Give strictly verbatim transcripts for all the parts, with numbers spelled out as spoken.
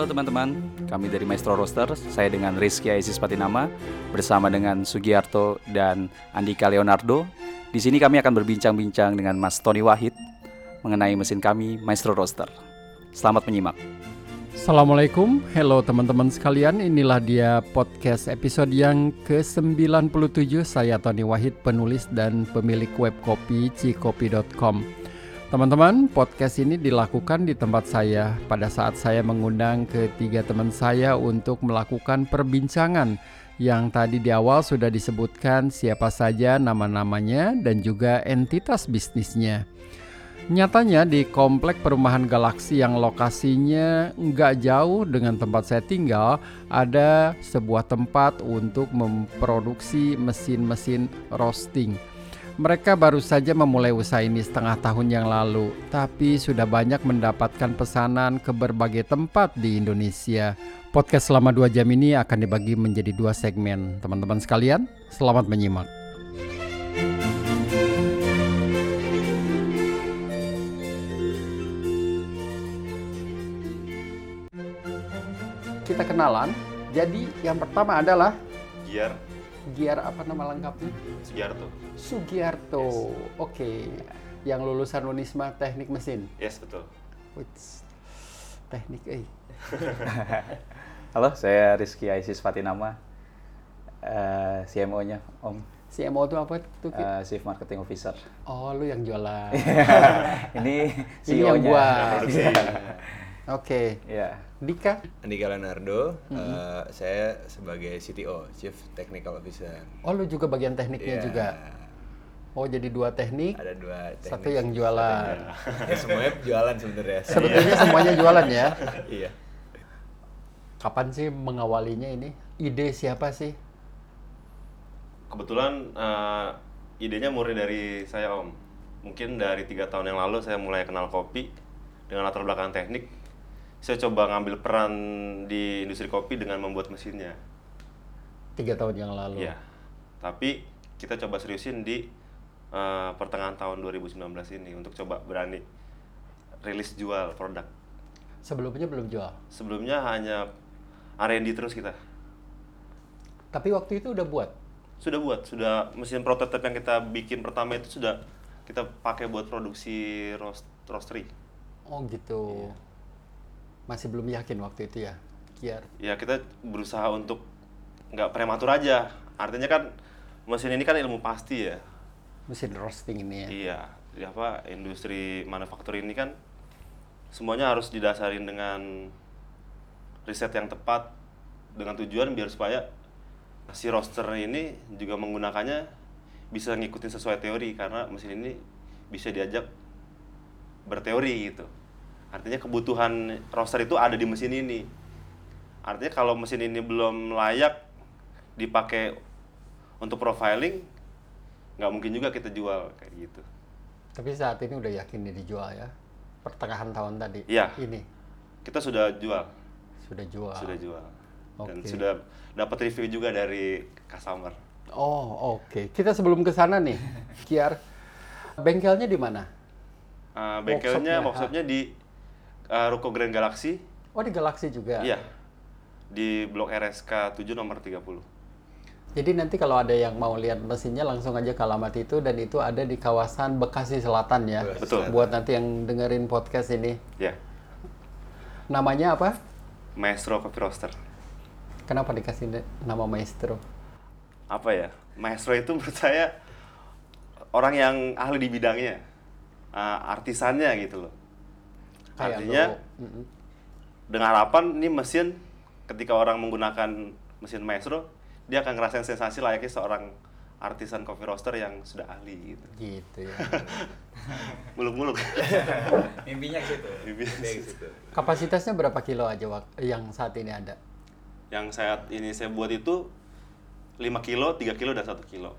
teman-teman, kami dari Maestro Roaster. Saya dengan Rizky Aisis Patinama bersama dengan Sugiarto dan Andika Leonardo. Di sini kami akan berbincang-bincang dengan Mas Tony Wahid mengenai mesin kami Maestro Roaster. Selamat menyimak. Assalamualaikum, hello teman-teman sekalian. Inilah dia podcast episode yang ke sembilan puluh tujuh. Saya Tony Wahid, penulis dan pemilik web kopi cikopi dot com. Teman-teman, podcast ini dilakukan di tempat saya pada saat saya mengundang ketiga teman saya untuk melakukan perbincangan yang tadi di awal sudah disebutkan siapa saja nama-namanya dan juga entitas bisnisnya. Nyatanya di komplek perumahan Galaksi yang lokasinya nggak jauh dengan tempat saya tinggal, ada sebuah tempat untuk memproduksi mesin-mesin roasting. Mereka baru saja memulai usaha ini setengah tahun yang lalu, tapi sudah banyak mendapatkan pesanan ke berbagai tempat di Indonesia. Podcast selama dua jam ini akan dibagi menjadi dua segmen. Teman-teman sekalian, selamat menyimak. Kita kenalan. Jadi yang pertama adalah Giar. Giar apa nama lengkapnya? Sugiarto. Sugiarto. Yes. Oke. Okay. Yang lulusan Unisma Teknik Mesin. Yes, betul. Wits. Teknik eh. Halo, saya Rizky Aisis Patinama, uh, C M O-nya Om. C M O itu apa tuh? Uh, Chief Marketing Officer. Oh, lu yang jualan. Ini C Ini E O-nya. yang buat. Produksi. Oke. Ya. Dika? Andika Leonardo, Mm-hmm. uh, saya sebagai C T O, Chief Technical Officer. Oh, lu juga bagian tekniknya Yeah. juga. Oh, jadi dua teknik. Ada dua teknik. Satu yang jualan. Ya semuanya jualan sebenarnya. Sebetulnya semuanya jualan ya. Iya. Kapan sih mengawalinya ini? Ide siapa sih? Kebetulan uh, idenya murni dari saya, Om. Mungkin dari tiga tahun yang lalu saya mulai kenal kopi dengan latar belakang teknik. Saya coba ngambil peran di industri kopi dengan membuat mesinnya. Tiga tahun yang lalu. Iya. Tapi kita coba seriusin di uh, pertengahan tahun dua ribu sembilan belas ini untuk coba berani rilis jual produk. Sebelumnya belum jual. Sebelumnya hanya R and D terus kita. Tapi waktu itu udah buat. Sudah buat, sudah mesin prototipe yang kita bikin pertama itu sudah kita pakai buat produksi roast, roastery. Oh gitu. Iya. Masih belum yakin waktu itu ya, Giar. Ya kita berusaha untuk nggak prematur aja. Artinya kan mesin ini kan ilmu pasti ya. Mesin roasting ini ya. Iya, di apa industri manufaktur ini kan semuanya harus didasarin dengan riset yang tepat dengan tujuan biar supaya si roaster ini juga menggunakannya bisa ngikutin sesuai teori karena mesin ini bisa diajak berteori gitu. Artinya kebutuhan roaster itu ada di mesin ini. Artinya kalau mesin ini belum layak dipakai untuk profiling, nggak mungkin juga kita jual kayak gitu. Tapi saat ini udah yakin ini dijual ya? Pertengahan tahun tadi? Iya. Ini? Kita sudah jual. Sudah jual? Sudah jual. Dan Oke. sudah dapat review juga dari customer. Oh oke. Okay. Kita sebelum ke sana nih, Giar. Bengkelnya di mana? Uh, bengkelnya, Workshopnya, workshopnya di uh, Ruko Grand Galaxy. Oh di Galaxy juga? Iya. Di Blok R S K tujuh nomor tiga puluh. Jadi nanti kalau ada yang mau lihat mesinnya langsung aja ke alamat itu dan itu ada di kawasan Bekasi Selatan ya. Betul. Buat nanti yang dengerin podcast ini. Ya. Namanya apa? Maestro Coffee Roaster. Kenapa dikasih de- nama Maestro? Apa ya? Maestro itu menurut saya orang yang ahli di bidangnya. Uh, artisannya gitu loh. Kayak Artinya lo- Mm-mm. dengan harapan ini mesin ketika orang menggunakan mesin Maestro, dia akan ngerasain sensasi layaknya seorang artisan coffee roaster yang sudah ahli gitu. Gitu ya. Muluk-muluk. Mimpinya ke situ. Mimpinya ke Mimpinya ke situ. situ. Kapasitasnya berapa kilo aja wak- yang saat ini ada? Yang saat ini saya buat itu lima kilo, tiga kilo, dan satu kilo.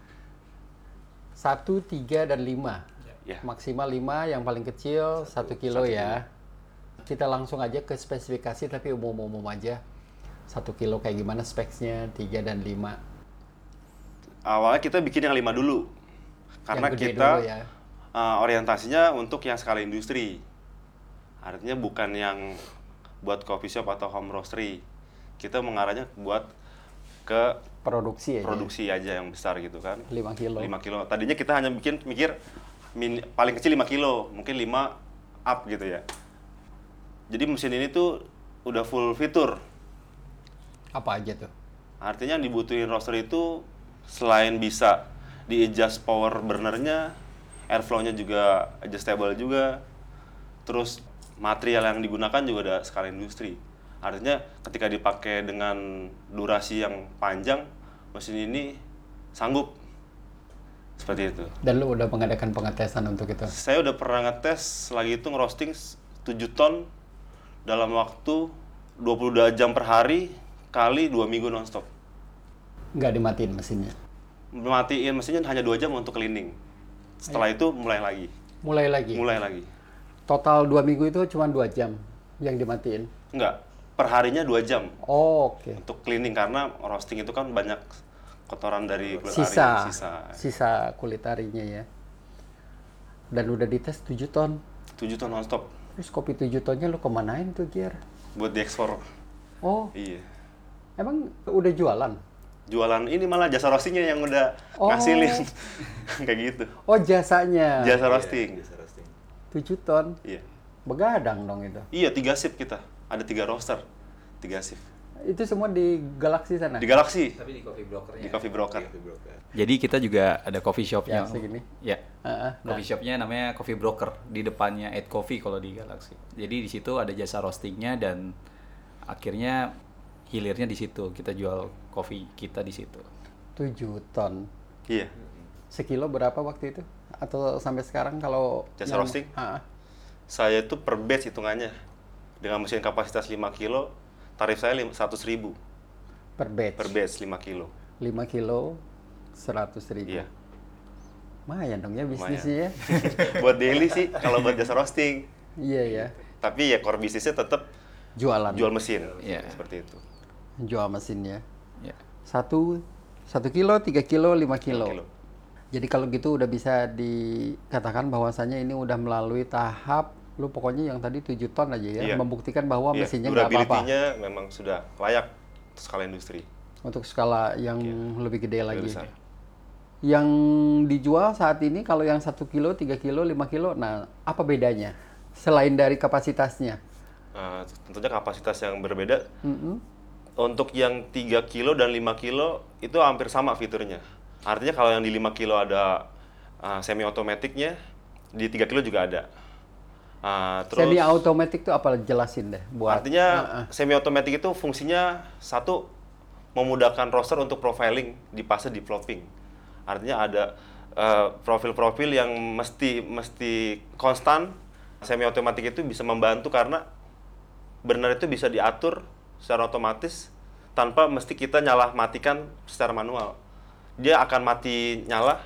Satu, tiga, dan lima. Ya. Maksimal lima, yang paling kecil satu kilo satu ya. Kita langsung aja ke spesifikasi tapi umum-umum aja. Satu kilo kayak gimana speksnya, tiga dan lima. Awalnya kita bikin yang lima dulu. Karena Yang gede kita dulu ya. uh, orientasinya untuk yang skala industri. Artinya bukan yang buat coffee shop atau home roastery. Kita mengarahnya buat ke Produksi aja. produksi aja yang besar gitu kan. lima kilo. lima kilo. Tadinya kita hanya bikin mikir min, paling kecil lima kilo, mungkin lima up gitu ya. Jadi mesin ini tuh udah full fitur. Apa aja tuh? Artinya yang dibutuhin roaster itu selain bisa di-adjust power burnernya, airflow-nya juga adjustable juga. Terus material yang digunakan juga ada skala industri. Artinya ketika dipakai dengan durasi yang panjang, mesin ini sanggup. Seperti itu. Dan lu udah mengadakan pengetesan untuk itu? Saya udah pernah ngetes lagi itu ngerosting tujuh ton dalam waktu dua puluh dua jam per hari kali dua minggu nonstop. Nggak dimatiin mesinnya? Matiin mesinnya hanya dua jam untuk cleaning. Setelah itu mulai lagi. Mulai lagi? Mulai lagi. Total dua minggu itu cuma dua jam yang dimatiin? Enggak, perharinya dua jam. Oh, oke. Okay. Untuk cleaning karena roasting itu kan banyak kotoran dari kulit Sisa, ari, sisa. Sisa kulit arinya ya. Dan udah dites tujuh ton. tujuh ton nonstop. Terus kopi tujuh tonnya lu kemanain tuh, Gier? Buat diekspor. Oh, Iya. emang udah jualan? Jualan ini malah jasa roastingnya yang udah Oh. ngasilin. Kayak gitu. Oh, jasanya. Jasa roasting. Jasa roasting. tujuh ton. Iya. Begadang dong itu. Iya, tiga shift kita. Ada tiga roaster. Tiga shift. Itu semua di Galaxy sana? Di Galaxy. Tapi di coffee brokernya. Di coffee broker. Di coffee broker. Jadi kita juga ada coffee shopnya. Ya, segini. Ya. Heeh, nah. Coffee shopnya namanya Coffee Broker, di depannya Ed Coffee kalau di Galaxy. Jadi di situ ada jasa roastingnya dan akhirnya hilirnya di situ. Kita jual kopi kita di situ. tujuh ton. Iya. Sekilo berapa waktu itu? Atau sampai sekarang kalau Jasa yang- roasting? Ah, Saya itu per batch hitungannya. Dengan mesin kapasitas lima kilo, tarif saya seratus ribu. per batch. Per batch lima kilo. lima kilo seratus ribu. Iya. Lumayan dong ya Lumayan. bisnisnya ya. Buat daily sih, kalau buat jasa roasting. Iya ya. Tapi ya core bisnisnya tetap Jualan. jual mesin. Iya. Seperti itu. Jual mesinnya. Ya. Satu, satu kilo, tiga kilo, lima kilo. lima kilo. Jadi kalau gitu udah bisa dikatakan bahwasannya ini udah melalui tahap, lu pokoknya yang tadi tujuh ton aja ya, Iya. membuktikan bahwa Iya, mesinnya nggak apa-apa. durability-nya memang sudah layak untuk skala industri. Untuk skala yang Iya. lebih gede Lebih lagi. besar. Yang dijual saat ini kalau yang satu kilo, tiga kilo, lima kilo, nah apa bedanya? Selain dari kapasitasnya? Uh, tentunya kapasitas yang berbeda. Mm-mm. Untuk yang tiga kilo dan lima kilo itu hampir sama fiturnya. Artinya kalau yang di lima kilo ada uh, semi otomatiknya, di tiga kilo juga ada. Uh, terus Semi automatic itu apa? Jelasin deh buat. artinya Heeh. semi otomatik itu fungsinya satu memudahkan roaster untuk profiling di fase developing. Artinya ada uh, profil-profil yang mesti mesti konstan. Semi otomatik itu bisa membantu karena burner itu bisa diatur secara otomatis tanpa mesti kita nyala matikan secara manual. Dia akan mati nyala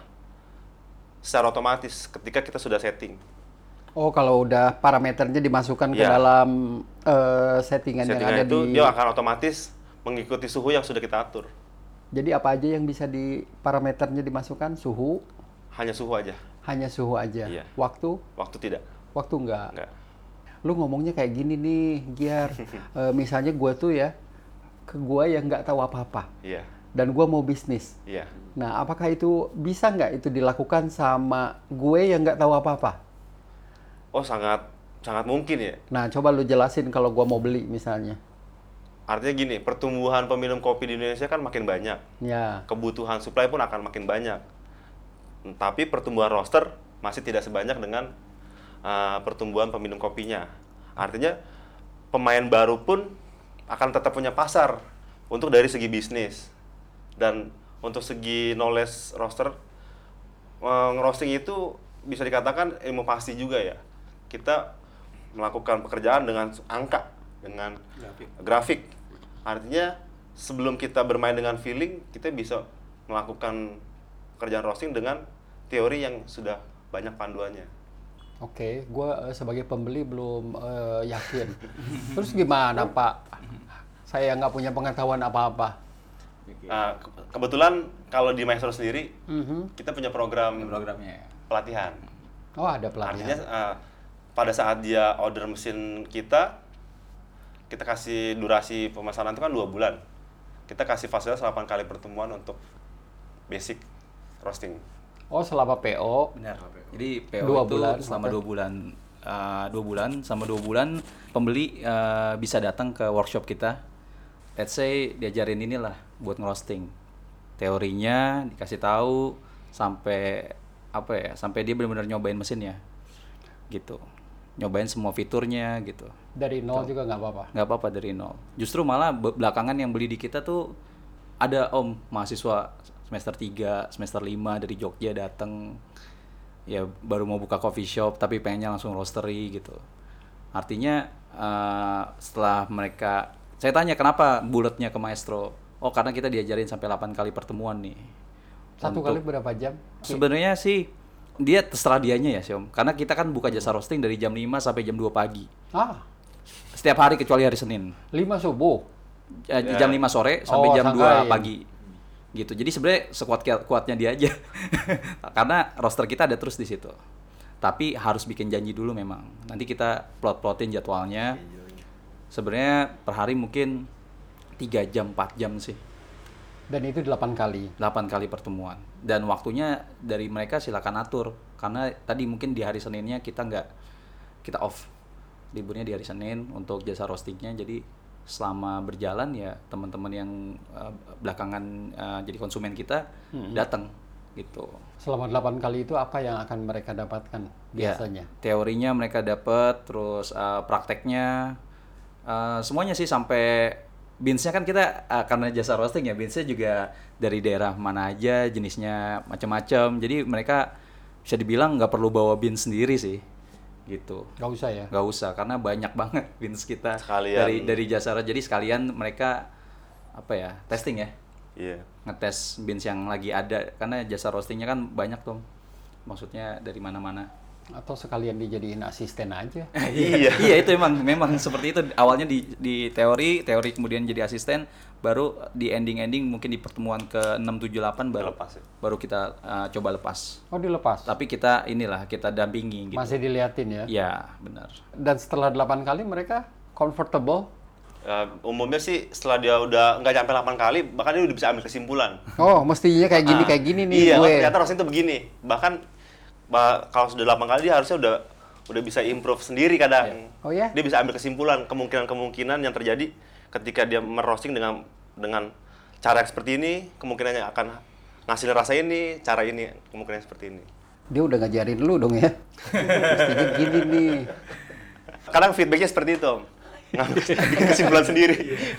secara otomatis ketika kita sudah setting. Oh, kalau udah parameternya dimasukkan ke Iya. dalam eh, settingan, yang Settingan ada itu di. dia akan otomatis mengikuti suhu yang sudah kita atur. Jadi apa aja yang bisa di parameternya dimasukkan? Suhu, Hanya suhu aja. hanya suhu aja. Iya. Waktu, Waktu tidak. waktu enggak. Enggak. Lu ngomongnya kayak gini nih, Giar. Eh, misalnya gua tuh ya, ke gua yang nggak tahu apa-apa, Iya. dan gua mau bisnis. Iya. Nah, apakah itu bisa nggak itu dilakukan sama gue yang nggak tahu apa-apa? Oh, sangat sangat mungkin ya. Nah, coba lu jelasin kalau gua mau beli misalnya. Artinya gini, pertumbuhan peminum kopi di Indonesia kan makin banyak. Ya, Kebutuhan supply pun akan makin banyak. Tapi pertumbuhan roaster masih tidak sebanyak dengan uh, pertumbuhan peminum kopinya. Artinya pemain baru pun akan tetap punya pasar untuk dari segi bisnis. Dan untuk segi knowledge roaster, uh, ngerosting itu bisa dikatakan ilmu pasti juga ya. Kita melakukan pekerjaan dengan angka, dengan Grafik. grafik. Artinya sebelum kita bermain dengan feeling, kita bisa melakukan pekerjaan roasting dengan teori yang sudah banyak panduannya. oke. Gua eh, sebagai pembeli belum eh, yakin. Terus gimana, Pak? Saya nggak punya pengetahuan apa-apa. Nah, ke- kebetulan kalau di Maestro sendiri, Mhm. kita punya program Programnya ya. pelatihan. Oh, ada Artinya pelatihan. eh, pada saat dia order mesin kita, kita kasih durasi pemesanan itu kan dua bulan. Kita kasih fasilitas delapan kali pertemuan untuk basic roasting. Oh, selama P O. Benar. Jadi P O Dua itu bulan, selama oke. dua bulan, uh, dua bulan, selama dua bulan pembeli uh, bisa datang ke workshop kita. Let's say diajarin inilah buat ngerosting. Teorinya dikasih tahu sampai apa ya, sampai dia benar-benar nyobain mesinnya, gitu. Nyobain semua fiturnya gitu. Dari nol juga nggak apa-apa. Nggak apa-apa dari nol. Justru malah be- belakangan yang beli di kita tuh ada om mahasiswa semester tiga, semester lima dari Jogja datang, ya baru mau buka coffee shop tapi pengennya langsung roastery gitu. Artinya uh, setelah mereka, saya tanya kenapa bulatnya ke Maestro. Oh karena kita diajarin sampai delapan kali pertemuan nih. Satu Untuk- kali berapa jam? Sebenarnya sih dia terserah dianya ya sih om. Karena kita kan buka jasa roasting dari jam lima sampai jam dua pagi. Ah, Setiap hari kecuali hari Senin. lima subuh. Eh, jam lima sore sampai Oh, jam dua sangkain. pagi. Gitu. Jadi sebenarnya sekuat kuatnya dia aja. Karena roster kita ada terus di situ. Tapi harus bikin janji dulu memang. Nanti kita plot-plotin jadwalnya. Sebenarnya per hari mungkin tiga jam, empat jam sih. Dan itu delapan kali. delapan kali pertemuan. Dan waktunya dari mereka silakan atur. Karena tadi mungkin di hari Seninnya kita nggak, kita off. Liburnya di hari Senin untuk jasa roastingnya. Jadi selama berjalan ya teman-teman yang uh, belakangan uh, jadi konsumen kita datang gitu. Selama delapan kali itu apa yang akan mereka dapatkan biasanya? Ya, teorinya mereka dapat, terus uh, prakteknya uh, semuanya sih sampai beansnya kan kita uh, karena jasa roasting ya beansnya juga dari daerah mana aja jenisnya macam-macam. Jadi mereka bisa dibilang nggak perlu bawa beans sendiri sih gitu. Gak usah ya? Nggak usah karena banyak banget beans kita Sekalian. dari dari jasa jadi sekalian mereka apa ya testing ya. Iya. Ngetes beans yang lagi ada karena jasa roastingnya kan banyak tuh, maksudnya dari mana-mana. Atau sekalian dijadiin asisten aja? iya iya itu emang memang seperti itu awalnya di di teori teori kemudian jadi asisten, baru di ending ending mungkin di pertemuan ke enam tujuh delapan baru Lepas ya. baru kita uh, coba lepas, Oh, dilepas? tapi kita inilah kita dampingi gitu. Masih diliatin ya? Ya benar. Dan setelah delapan kali mereka comfortable? Uh, umumnya sih setelah dia udah nggak sampai delapan kali, bahkan dia udah bisa ambil kesimpulan. Oh, mestinya kayak gini, Ah, kayak gini nih iya, gue. oh, ternyata roasting itu begini. Bahkan bah, kalau sudah delapan kali dia harusnya udah udah bisa improve sendiri kadang. Oh ya? Dia bisa ambil kesimpulan kemungkinan-kemungkinan yang terjadi ketika dia meroasting dengan dengan cara yang seperti ini, kemungkinannya akan ngasih rasa ini, cara ini, kemungkinan seperti ini. Dia udah ngajarin lu dong ya? Mestinya gini nih. Kadang feedbacknya seperti itu, Om. Ngambil kesimpulan sendiri.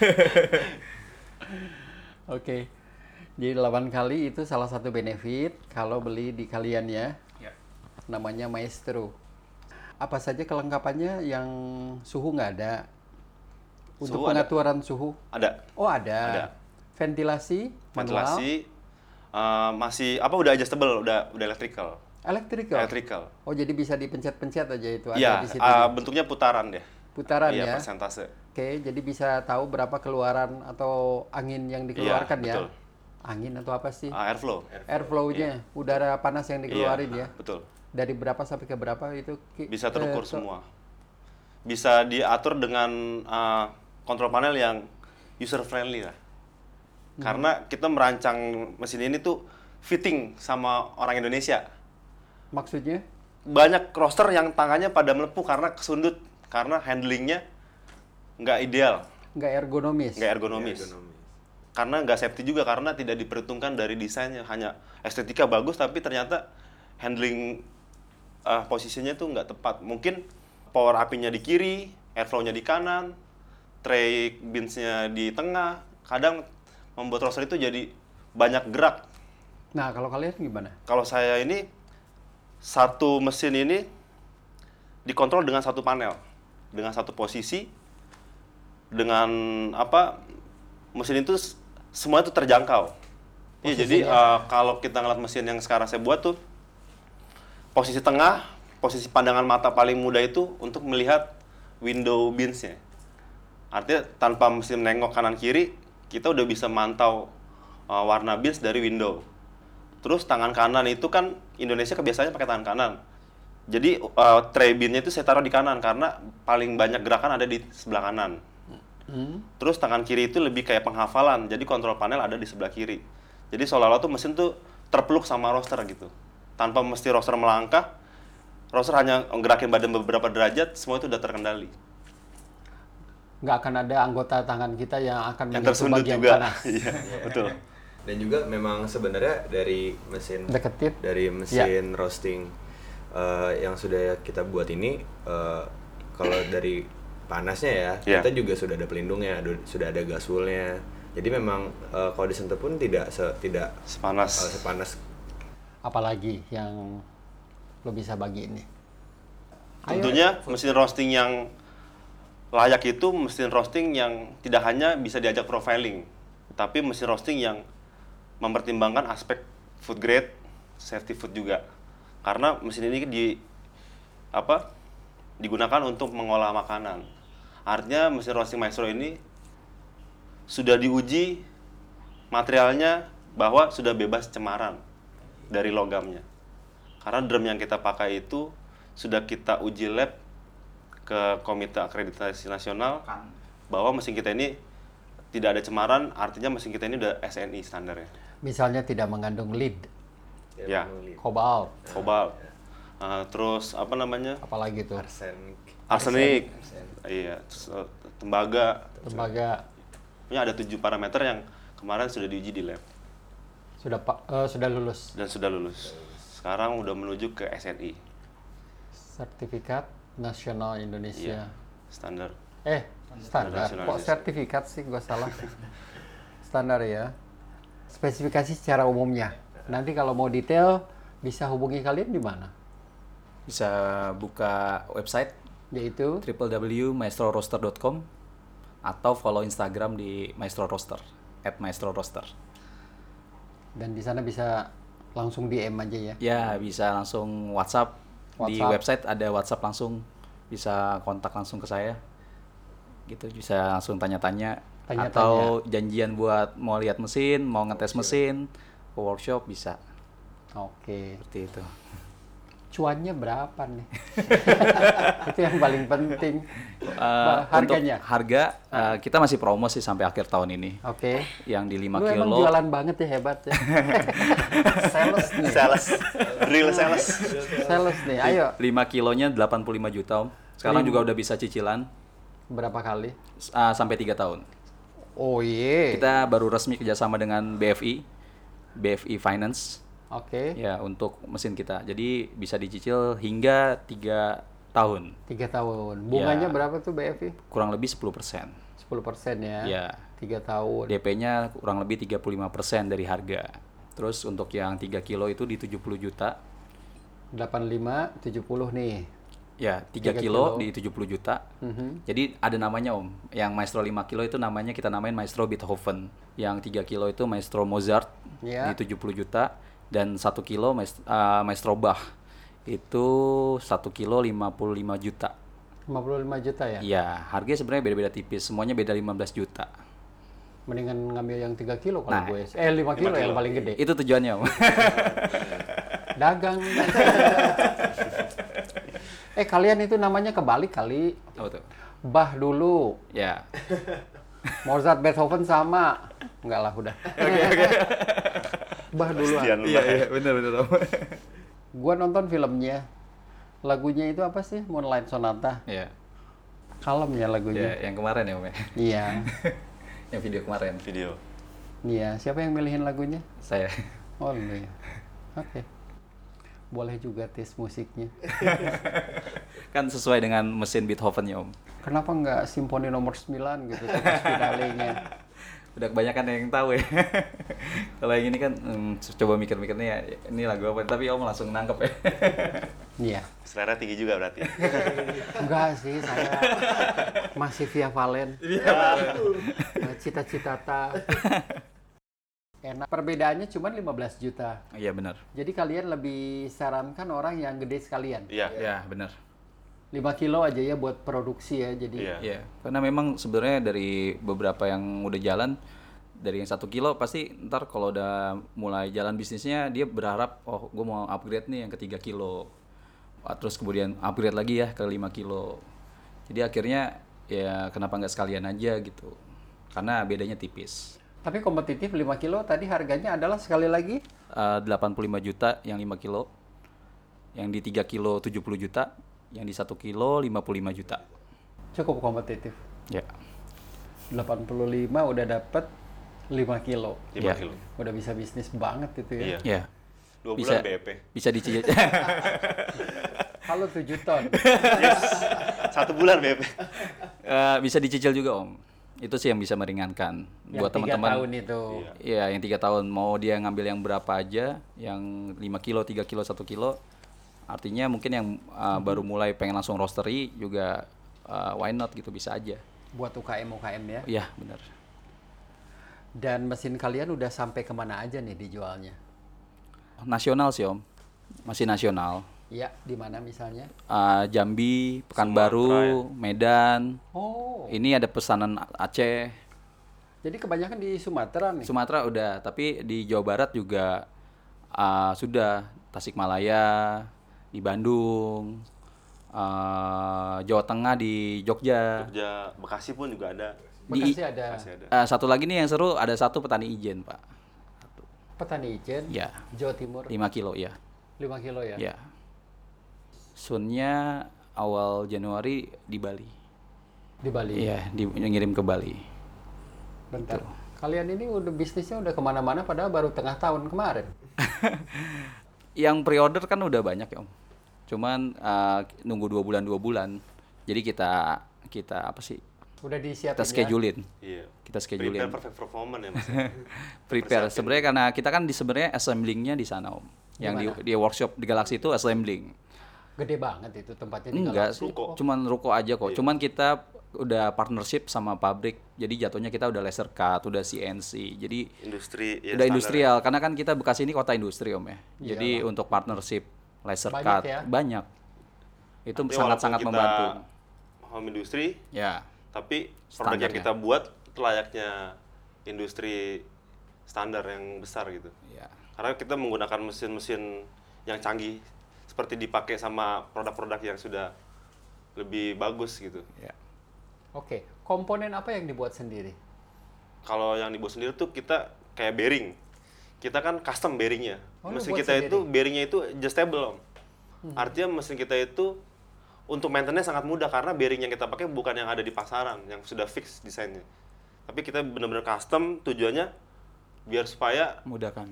Oke. Jadi delapan kali itu salah satu benefit kalau beli di kalian ya. Ya. Namanya Maestro. Apa saja kelengkapannya yang suhu nggak ada? Untuk Suhu ada. pengaturan suhu? Ada Oh ada. Ada. Ventilasi? Manual? ventilasi, uh, masih apa udah adjustable, udah udah electrical. Electrical? Electrical. Oh jadi bisa dipencet-pencet aja itu ada Iya, di situ. uh, bentuknya putaran deh. Putaran Iya, ya? persentase. Oke, jadi bisa tahu berapa keluaran atau angin yang dikeluarkan Iya, ya? betul. Angin atau apa sih? Uh, airflow. Airflow-nya, udara panas yang dikeluarin Iya, ya? betul. Dari berapa sampai ke berapa itu? Ki? Bisa terukur Eh, so- semua. Bisa diatur dengan uh, kontrol panel yang user friendly lah. Hmm. Karena kita merancang mesin ini tuh fitting sama orang Indonesia. Maksudnya? Banyak roaster yang tangannya pada melepuh karena kesundut, karena handlingnya nggak ideal, Nggak ergonomis? nggak ergonomis. Karena nggak safety juga, karena tidak diperhitungkan dari desainnya, hanya estetika bagus tapi ternyata handling uh, posisinya tuh nggak tepat. Mungkin power apinya di kiri, airflow-nya di kanan, tray beans-nya di tengah, kadang membuat roaster itu jadi banyak gerak. Nah, kalau kalian gimana? Kalau saya ini, satu mesin ini dikontrol dengan satu panel, dengan satu posisi, dengan apa, mesin itu s- semua itu terjangkau. Iya, jadi uh, kalau kita ngeliat mesin yang sekarang saya buat tuh, posisi tengah, posisi pandangan mata paling mudah itu untuk melihat window beans-nya. Artinya tanpa mesin nengok kanan kiri, kita udah bisa mantau uh, warna beans dari window. Terus tangan kanan itu kan Indonesia kebiasaannya pakai tangan kanan. Jadi uh, tray bean-nya itu saya taruh di kanan karena paling banyak gerakan ada di sebelah kanan. Hmm. Terus tangan kiri itu lebih kayak penghafalan, jadi kontrol panel ada di sebelah kiri. Jadi seolah-olah tuh mesin tuh terpeluk sama roster gitu. Tanpa mesti roster melangkah, roster hanya gerakin badan beberapa derajat, semua itu udah terkendali. Nggak akan ada anggota tangan kita yang akan Yang menyentuh tersundut bagian juga. panas. Iya, betul. Dan juga memang sebenarnya dari mesin Deketin. dari mesin roasting eh, yang sudah kita buat ini, eh, kalau dari panasnya ya, Yeah. kita juga sudah ada pelindungnya, ada- sudah ada gaswolnya. Jadi memang eh, kalau disentuh pun tidak se, tidak Sepanas. eh, sepanas. Apalagi yang lo bisa bagi ini? Ayo. Tentunya mesin roasting yang layak itu mesin roasting yang tidak hanya bisa diajak profiling, tapi mesin roasting yang mempertimbangkan aspek food grade, safety food juga. Karena mesin ini di apa? digunakan untuk mengolah makanan. Artinya mesin roasting Maestro ini sudah diuji materialnya bahwa sudah bebas cemaran dari logamnya. Karena drum yang kita pakai itu sudah kita uji lab ke Komite Akreditasi Nasional bahwa mesin kita ini tidak ada cemaran, artinya mesin kita ini udah S N I standarnya. Misalnya tidak mengandung lead, Ya, kobalt, kobalt. Uh, terus apa namanya? apalagi tuh Arsenik. Arsenik. Arsen. Iya, terus, uh, tembaga. tembaga. Punya ada tujuh parameter yang kemarin sudah diuji di lab Sudah pak eh, sudah lulus dan sudah lulus. Sekarang udah menuju ke S N I. sertifikat nasional Indonesia. Iya, standar. Eh, standar. Nasional Kok Indonesia. sertifikat sih? Gue salah. Standar ya. Spesifikasi secara umumnya. Nanti kalau mau detail bisa hubungi kalian di mana? Bisa buka website Yaitu w w w titik maestro roaster dot com atau follow Instagram di Maestro Roaster at maestro roaster. dan di sana bisa langsung D M aja ya. Ya, bisa langsung WhatsApp. Di WhatsApp. website ada WhatsApp langsung, bisa kontak langsung ke saya. Gitu, bisa langsung tanya-tanya. Tanya-tanya. Atau janjian buat mau lihat mesin, mau ngetes mesin, ke workshop bisa. Oke. Seperti itu. Cuannya berapa nih? Itu yang paling penting. Eh, Ba- harganya. Untuk harga eh, kita masih promo sih sampai akhir tahun ini. Oke. Yang di lima Lu emang kilo. jualan banget ya, hebat ya. Sales nih. Sales, real sales. Sales nih. Ayo. lima kilonya delapan puluh lima juta, Om. Sekarang Lim- juga udah bisa cicilan Berapa kali? s- ah, sampai tiga tahun. Oh iya. Kita baru resmi kerjasama dengan B F I, B F I Finance, Oke. ya untuk mesin kita. Jadi bisa dicicil hingga tiga tahun, Tiga tahun. Bunganya Ya. berapa tuh B F I? kurang lebih sepuluh persen. sepuluh persen ya. Ya. Tiga tahun. D P-nya kurang lebih tiga puluh lima persen dari harga. Terus untuk yang tiga kilo itu di tujuh puluh juta. delapan puluh lima, tujuh puluh nih. Ya, tiga Tiga kilo, kilo. di tujuh puluh juta. Mhm. Jadi ada namanya, Om. Yang Maestro lima kilo itu namanya kita namain Maestro Beethoven. Yang tiga kilo itu Maestro Mozart Ya. di tujuh puluh juta. Dan satu kilo Maes- ah, Maestro Bach itu satu kilo lima puluh lima juta. lima puluh lima juta ya? Iya, harganya sebenarnya beda-beda tipis. Semuanya beda lima belas juta. Mendingan ngambil yang tiga kilo kalau Nah, gue. Eh, lima kilo yang kilo. paling gede. Itu tujuannya, Om. Dagang. Eh, kalian itu namanya kebalik kali. Apa tuh? Bach dulu. Ya. Mozart, Beethoven sama. Enggak lah, udah. Bach dulu. Sekian Iya, Mbak. iya, benar-benar, Om. Gua nonton filmnya. Lagunya itu apa sih? Moonlight Sonata. Iya. Kalem ya Ya, lagunya. yang kemarin ya, Om ya. Iya. Yang video kemarin. Video. Iya, siapa yang milihin lagunya? Saya. Oh, lu ya. Oke. Boleh juga tes musiknya. Kan sesuai dengan mesin Beethoven ya, Om. Kenapa nggak simfoni nomor sembilan gitu tepas finalenya? Udah kebanyakan yang tahu ya. Kalau yang ini kan hmm, coba mikir-mikirnya ya, ini lagu apa, tapi Om langsung nangkep ya. Iya. Selera tinggi juga berarti. Enggak sih, saya masih via Valen. Cita-cita ta. Enak. Perbedaannya cuma lima belas juta. Iya benar. Jadi kalian lebih sarankan orang yang gede sekalian. Iya. Ya benar. lima kilo aja ya buat produksi ya. Jadi Iya. Iya. Karena memang sebenarnya dari beberapa yang udah jalan, dari yang satu kilo pasti ntar kalau udah mulai jalan bisnisnya dia berharap, oh gue mau upgrade nih yang ke tiga kilo. Ah, terus kemudian upgrade lagi ya ke lima kilo. Jadi akhirnya ya kenapa nggak sekalian aja gitu. Karena bedanya tipis. Tapi kompetitif lima kilo tadi harganya adalah sekali lagi Uh, delapan puluh lima juta yang lima kilo. Yang di tiga kilo tujuh puluh juta, yang di satu kilo lima puluh lima juta. cukup kompetitif. Ya. delapan puluh lima udah dapat lima kilo. lima Ya. kilo. Udah bisa bisnis banget itu ya. Iya. Ya. Dua Bisa- bulan B P. Bisa dicicil. Halo tujuh ton. Yes. Satu bulan B P. Eh, bisa dicicil juga Om. Itu sih yang bisa meringankan Yang buat tiga teman-teman. tahun itu. Iya. Iya, yang tiga tahun mau dia ngambil yang berapa aja, yang lima kilo, tiga kilo, satu kilo. Artinya mungkin yang uh, baru mulai pengen langsung roastery juga uh, why not gitu, bisa aja. Buat U K M U K M ya. Iya, benar. Dan mesin kalian udah sampai kemana aja nih dijualnya? Nasional sih Om, masih nasional. Iya, di mana misalnya? Uh, Jambi, Pekanbaru, Sumatera, ya? Medan. Oh, Ini ada pesanan Aceh. jadi kebanyakan di Sumatera nih. Sumatera udah, tapi di Jawa Barat juga uh, sudah. Tasikmalaya, di Bandung, uh, Jawa Tengah, di Jogja. Jogja, Bekasi pun juga ada. Di- Bekasi ada Bekasi ada. Uh, satu lagi nih yang seru, ada satu petani ijen Pak. petani ijen, Ya, Jawa Timur, lima kilo ya. lima kilo ya. Ya. Sunnya awal Januari di Bali. Di Bali. Iya, di, ngirim ke Bali. Bentar. Kalian ini udah bisnisnya udah kemana-mana padahal baru tengah tahun kemarin. Yang pre-order kan udah banyak ya Om. Cuman uh, nunggu dua bulan dua bulan. Jadi kita kita apa sih? Udah disiapin Kita ya? schedulein. Iya. Kita schedulein. Prepare perfect performance ya Mas. Prepare. Sebenarnya karena kita kan di sebenarnya assemblingnya di sana Om. Yang di, Gimana? di workshop di Galaxy itu assembling. Gede banget itu tempatnya di Enggak, Galaxy. Ruko. cuman ruko aja kok. Iya. Cuman kita udah partnership sama pabrik. Jadi jatuhnya kita udah laser cut, udah C N C. Jadi Industri udah ya, standar industrial karena kan kita Bekasi ini kota industri Om ya. Jadi Iyalah. untuk partnership laser Banyak cut ya? banyak. Itu Artinya sangat-sangat walaupun kita membantu. Home industry, Ya. tapi produk yang Standarnya. kita buat itu layaknya industri standar yang besar gitu. Ya. Karena kita menggunakan mesin-mesin yang canggih seperti dipakai sama produk-produk yang sudah lebih bagus gitu. Ya. Oke, komponen apa yang dibuat sendiri? Kalau yang dibuat sendiri tuh kita kayak bearing. Kita kan custom bearingnya. Oh, lu mesin buat kita sendiri? itu bearingnya itu adjustable Om. Artinya mesin kita itu untuk maintenance sangat mudah karena bearing yang kita pakai bukan yang ada di pasaran yang sudah fix desainnya. Tapi kita benar-benar custom, tujuannya biar supaya Mudahkan.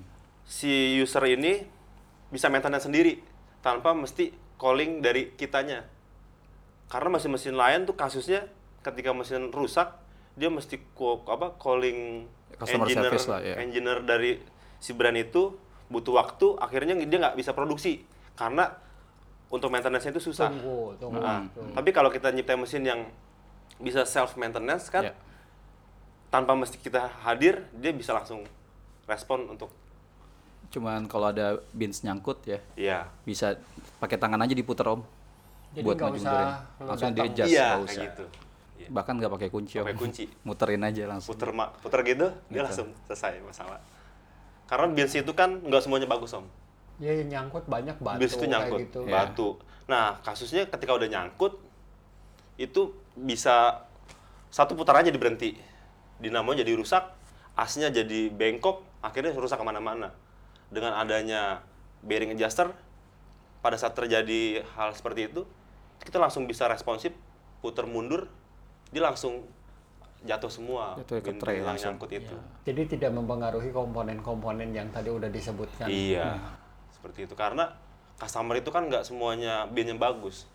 si user ini bisa maintenance sendiri tanpa mesti calling dari kitanya. Karena mesin-mesin lain tuh kasusnya ketika mesin rusak dia mesti ko- apa calling Customer engineer service lah, ya. engineer dari si brand itu butuh waktu, akhirnya dia nggak bisa produksi karena untuk maintenance itu susah. Tunggu, tunggu. Nah, tunggu. tapi kalau kita nyiptain mesin yang bisa self maintenance kan Ya. tanpa mesti kita hadir, dia bisa langsung respon untuk Cuman kalau ada bins nyangkut ya, iya. bisa pakai tangan aja diputer Om. Jadi buat nggak maju usah mundurin. lo Langsung datang. di-adjust, Iya, nggak kayak usah. gitu. Iya. Bahkan nggak pakai kunci Om. Pakai kunci. Muterin aja langsung. Puter ma- puter gitu, dia Gitu. langsung selesai masalah. Karena bins itu kan nggak semuanya bagus Om. Ya yang nyangkut banyak batu Bins itu nyangkut, kayak gitu. Ya. batu. Nah, kasusnya ketika udah nyangkut, itu bisa satu putarannya diberhenti. Dinamo jadi rusak, asnya jadi bengkok, akhirnya rusak kemana-mana. Dengan adanya bearing adjuster, pada saat terjadi hal seperti itu, kita langsung bisa responsif, puter mundur, dia langsung jatuh semua. Jatuh ke bin- tray bin yang langsung. nyangkut itu. Jadi tidak mempengaruhi komponen-komponen yang tadi udah disebutkan. Iya, seperti itu. Karena customer itu kan nggak semuanya bin yang bagus.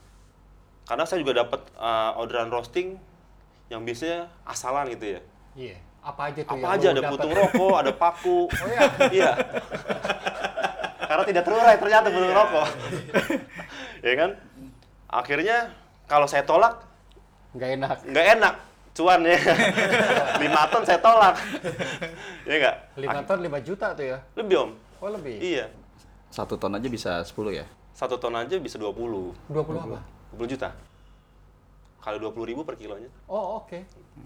Karena saya juga dapat uh, orderan roasting yang biasanya asalan gitu ya. Iya. Apa aja tuh Apa yang aja, lu ada dapet? putung rokok, ada paku. Oh iya. Iya. Karena tidak terurai ternyata putung rokok. Ya kan? Akhirnya kalau saya tolak, Nggak enak. nggak enak. Cuan ya. lima ton saya tolak. Iya nggak? lima ton lima juta tuh ya? Lebih Om. Oh lebih? Iya. Satu ton aja bisa sepuluh ya. Satu ton aja bisa dua puluh. dua puluh apa? dua puluh juta. Kali dua puluh ribu per kilonya. Oh oke.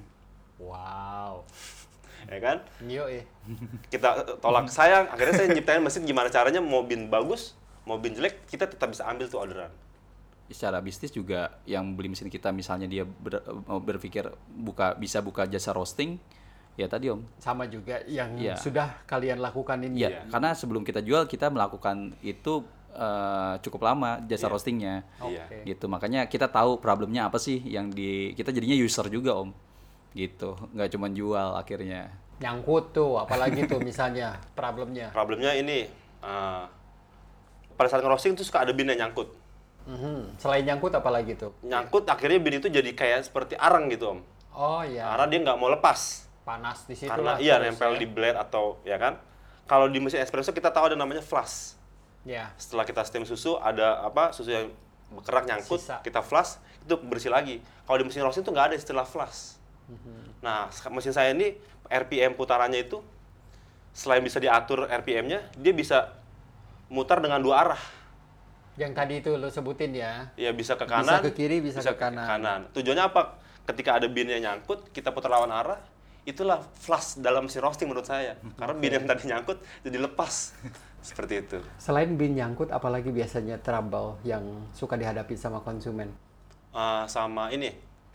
Wow. Ya kan? Yo eh. Kita tolak sayang, akhirnya saya nyiptain mesin gimana caranya mau bin bagus, mau bin jelek, kita tetap bisa ambil tuh orderan. secara bisnis juga yang beli mesin kita misalnya dia ber, berpikir buka bisa buka jasa roasting, ya tadi Om. Sama juga yang Iya. sudah kalian lakukan ini. Iya, karena sebelum kita jual kita melakukan itu eh, cukup lama jasa Iya. roastingnya. Iya. Oke. Gitu, makanya kita tahu problemnya apa sih yang di kita jadinya user juga Om. Gitu, nggak cuma jual akhirnya. Nyangkut tuh, apalagi tuh misalnya problemnya. Problemnya ini eh, pada saat ngerosting tuh suka ada bin yang nyangkut. Mhm. Selain nyangkut apalagi tuh? Nyangkut akhirnya bin itu jadi kayak seperti arang gitu Om. Oh iya. Karena dia nggak mau lepas. Panas di situ Karena lah iya terus nempel ya. di blade atau ya kan. Kalau di mesin espresso kita tahu ada namanya flash. Ya. Setelah kita steam susu ada apa susu yang berkerak nyangkut, Sisa. kita flash itu bersih lagi. Kalau di mesin roasting tuh nggak ada istilah flash. Nah sek- mesin saya ini R P M putarannya itu selain bisa diatur R P M-nya, dia bisa mutar dengan dua arah. Yang tadi itu lo sebutin ya. Ya bisa ke Bisa kanan, ke kiri, bisa ke kanan. Tujuannya apa? Ketika ada bin yang nyangkut, kita putar lawan arah. Itulah flash dalam mesin roasting menurut saya. Karena bin yang tadi nyangkut jadi lepas. Seperti itu. Selain bin nyangkut, apalagi biasanya trouble yang suka dihadapi sama konsumen? Uh, sama ini,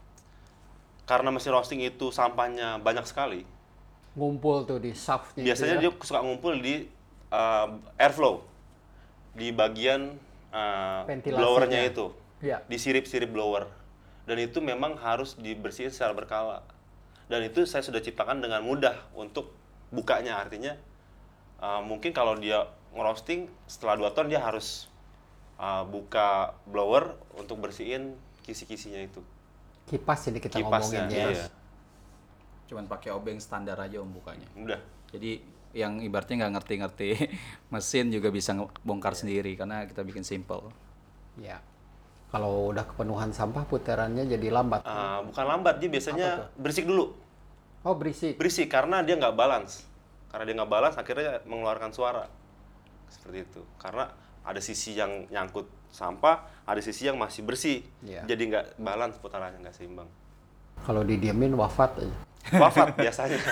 karena mesin roasting itu sampahnya banyak sekali. Ngumpul tuh di shaft gitu Biasanya ya. dia suka ngumpul di uh, airflow, di bagian uh, Ventilasinya. blowernya itu, Ya. di sirip-sirip blower. Dan itu memang harus dibersihin secara berkala. Dan itu saya sudah ciptakan dengan mudah untuk bukanya. Artinya uh, mungkin kalau dia ngerosting setelah dua ton dia harus uh, buka blower untuk bersihin kisi-kisinya itu. Kipas ini kita Kipasnya, ngomongin ya. iya. Cuman pakai obeng standar aja Om bukanya. Mudah. Jadi yang ibaratnya nggak ngerti-ngerti mesin juga bisa ngebongkar sendiri karena kita bikin simple. Ya. Kalau udah kepenuhan sampah putarannya jadi lambat. Uh, bukan lambat, dia biasanya berisik dulu. Oh berisik. Berisik karena dia nggak balance. Karena dia nggak balance, akhirnya mengeluarkan suara. Seperti itu. Karena ada sisi yang nyangkut sampah, ada sisi yang masih bersih. Iya. Jadi nggak balance putarannya, nggak seimbang. Kalau didiemin wafat aja. Wafat biasanya.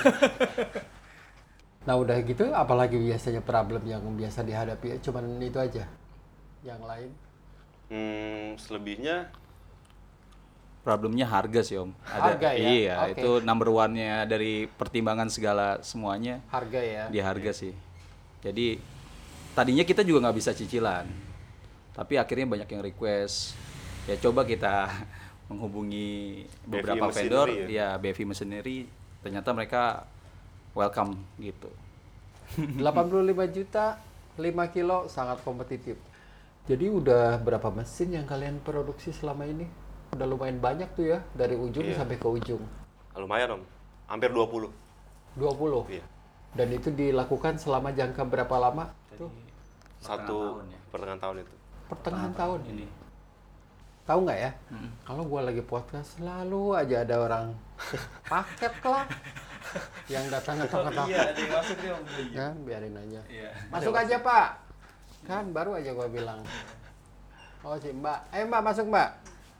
Nah udah gitu apalagi biasanya problem yang biasa dihadapi? Cuman itu aja? Yang lain? Hmm, selebihnya Problemnya harga sih Om. Harga ya? Iya, Oke. itu number one-nya dari pertimbangan segala semuanya Harga ya? di harga sih. Jadi tadinya kita juga nggak bisa cicilan, tapi akhirnya banyak yang request. Ya coba kita menghubungi beberapa B V vendor, Machinery ya B V Machinery, ternyata mereka welcome gitu. delapan puluh lima juta, lima kilo, sangat kompetitif. Jadi udah berapa mesin yang kalian produksi selama ini? Udah lumayan banyak tuh ya, dari ujung Iya. sampai ke ujung. lumayan Om, hampir dua puluh. dua puluh? Iya. Dan itu dilakukan selama jangka berapa lama? Tuh, Satu tahun ya. pertengahan tahun itu. pertengahan tahun. Ini Tahu nggak ya? Kalau gua lagi podcast, selalu aja ada orang paket lah yang datang ngetok-ngetok. ada yang masuk nih Om. Kan, biarin aja. Iya. Masuk aja Pak. Kan baru aja gua bilang. Oh si Mbak, eh Mbak masuk Mbak.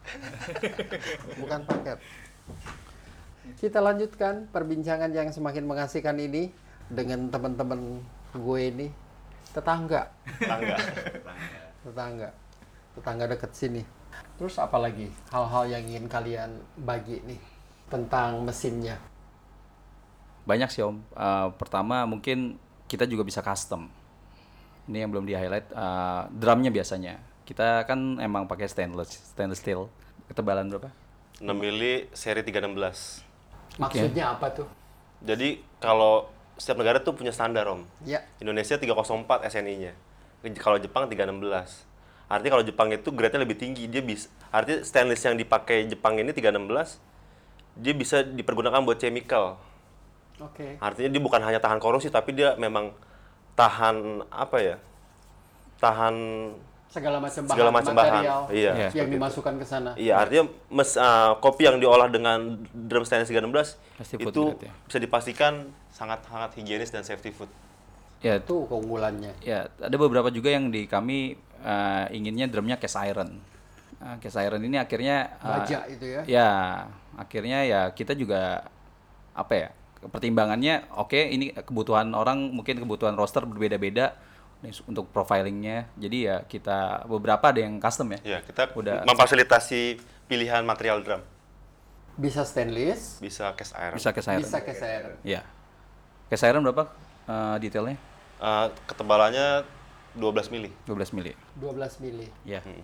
Bukan paket. Kita lanjutkan perbincangan yang semakin mengasihkan ini dengan teman-teman gue ini, tetangga, Tangga. tetangga, tetangga dekat sini. Terus apa lagi hal-hal yang ingin kalian bagi nih tentang mesinnya? Banyak sih Om. Eh, pertama mungkin kita juga bisa custom. Ini yang belum di highlight. eh, drumnya biasanya kita kan emang pakai stainless stainless steel. Ketebalan berapa? enam mili seri tiga enam belas. Maksudnya apa tuh? Jadi kalau setiap negara tuh punya standar Om. Ya, Indonesia tiga nol empat S N I-nya. Kalau Jepang tiga enam belas. Artinya kalau Jepang itu grade-nya lebih tinggi, dia bisa artinya stainless yang dipakai Jepang ini tiga enam belas dia bisa dipergunakan buat chemical. oke. Artinya dia bukan hanya tahan korosi tapi dia memang tahan apa ya? Tahan Segala macam bahan, segala macam bahan. material Iya. Iya. yang seperti itu. dimasukkan ke sana. Iya, artinya mes, uh, kopi yang diolah dengan drum stainless tiga enam belas Pasti food itu grade ya. bisa dipastikan sangat sangat higienis dan safety food. Ya, Itu keunggulannya. ya ada beberapa juga yang di kami eh, inginnya drumnya cast iron. Nah, cast iron ini akhirnya eh, Baja itu ya. ya akhirnya ya kita juga apa ya pertimbangannya oke ini kebutuhan orang mungkin kebutuhan roster berbeda-beda Ini untuk profilingnya, jadi ya kita beberapa ada yang custom ya. Ya, kita Udah- memfasilitasi pilihan material drum. Bisa stainless, Bisa cast iron. Bisa cast iron. bisa cast iron. Ya. Cast iron berapa eh, detailnya? Eh, ketebalannya dua belas mili. dua belas mili. dua belas mili. Ya. Hmm.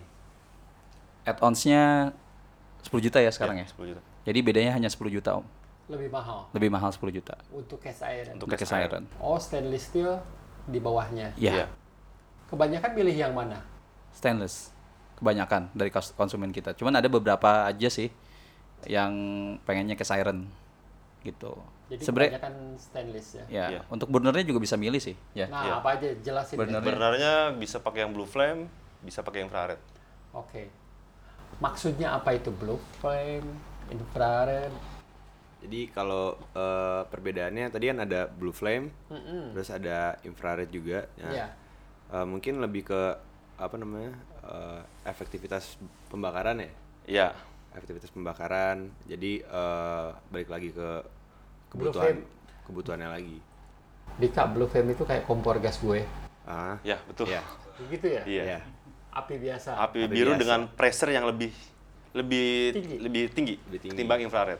Add-onsnya sepuluh juta ya sekarang ya. sepuluh juta. Jadi bedanya hanya sepuluh juta Om. Lebih mahal Lebih mahal sepuluh juta untuk cast iron. Untuk untuk cast cast iron. Oh, stainless steel di bawahnya. Ya. Iya. Kebanyakan milih yang mana? Stainless kebanyakan dari kos- konsumen kita. Cuman ada beberapa aja sih yang pengennya cast iron gitu. Jadi Sebenarnya kebanyakan stainless ya. ya, Iya. untuk burnernya juga bisa milih sih. Ya. Nah, Iya. apa aja jelasin. Burner. deh. Burnernya bisa pakai yang blue flame, bisa pakai infrared. Oke. Maksudnya apa itu blue flame, infrared? Jadi kalau eh, perbedaannya tadi kan ada blue flame, Mm-mm. terus ada infrared juga. Nah, Iya. eh, mungkin lebih ke apa namanya eh, efektivitas pembakaran ya, Iya. efektivitas pembakaran. Jadi eh, balik lagi ke Blue kebutuhan flame. kebutuhannya lagi. Dika, blue flame itu kayak kompor gas gue. Ah, Ya, betul. Iya. Begitu ya? Iya. Iya. Api biasa. Api Api biru biasa. dengan pressure yang lebih lebih Tinggi. lebih tinggi, Lebih tinggi. ketimbang infrared.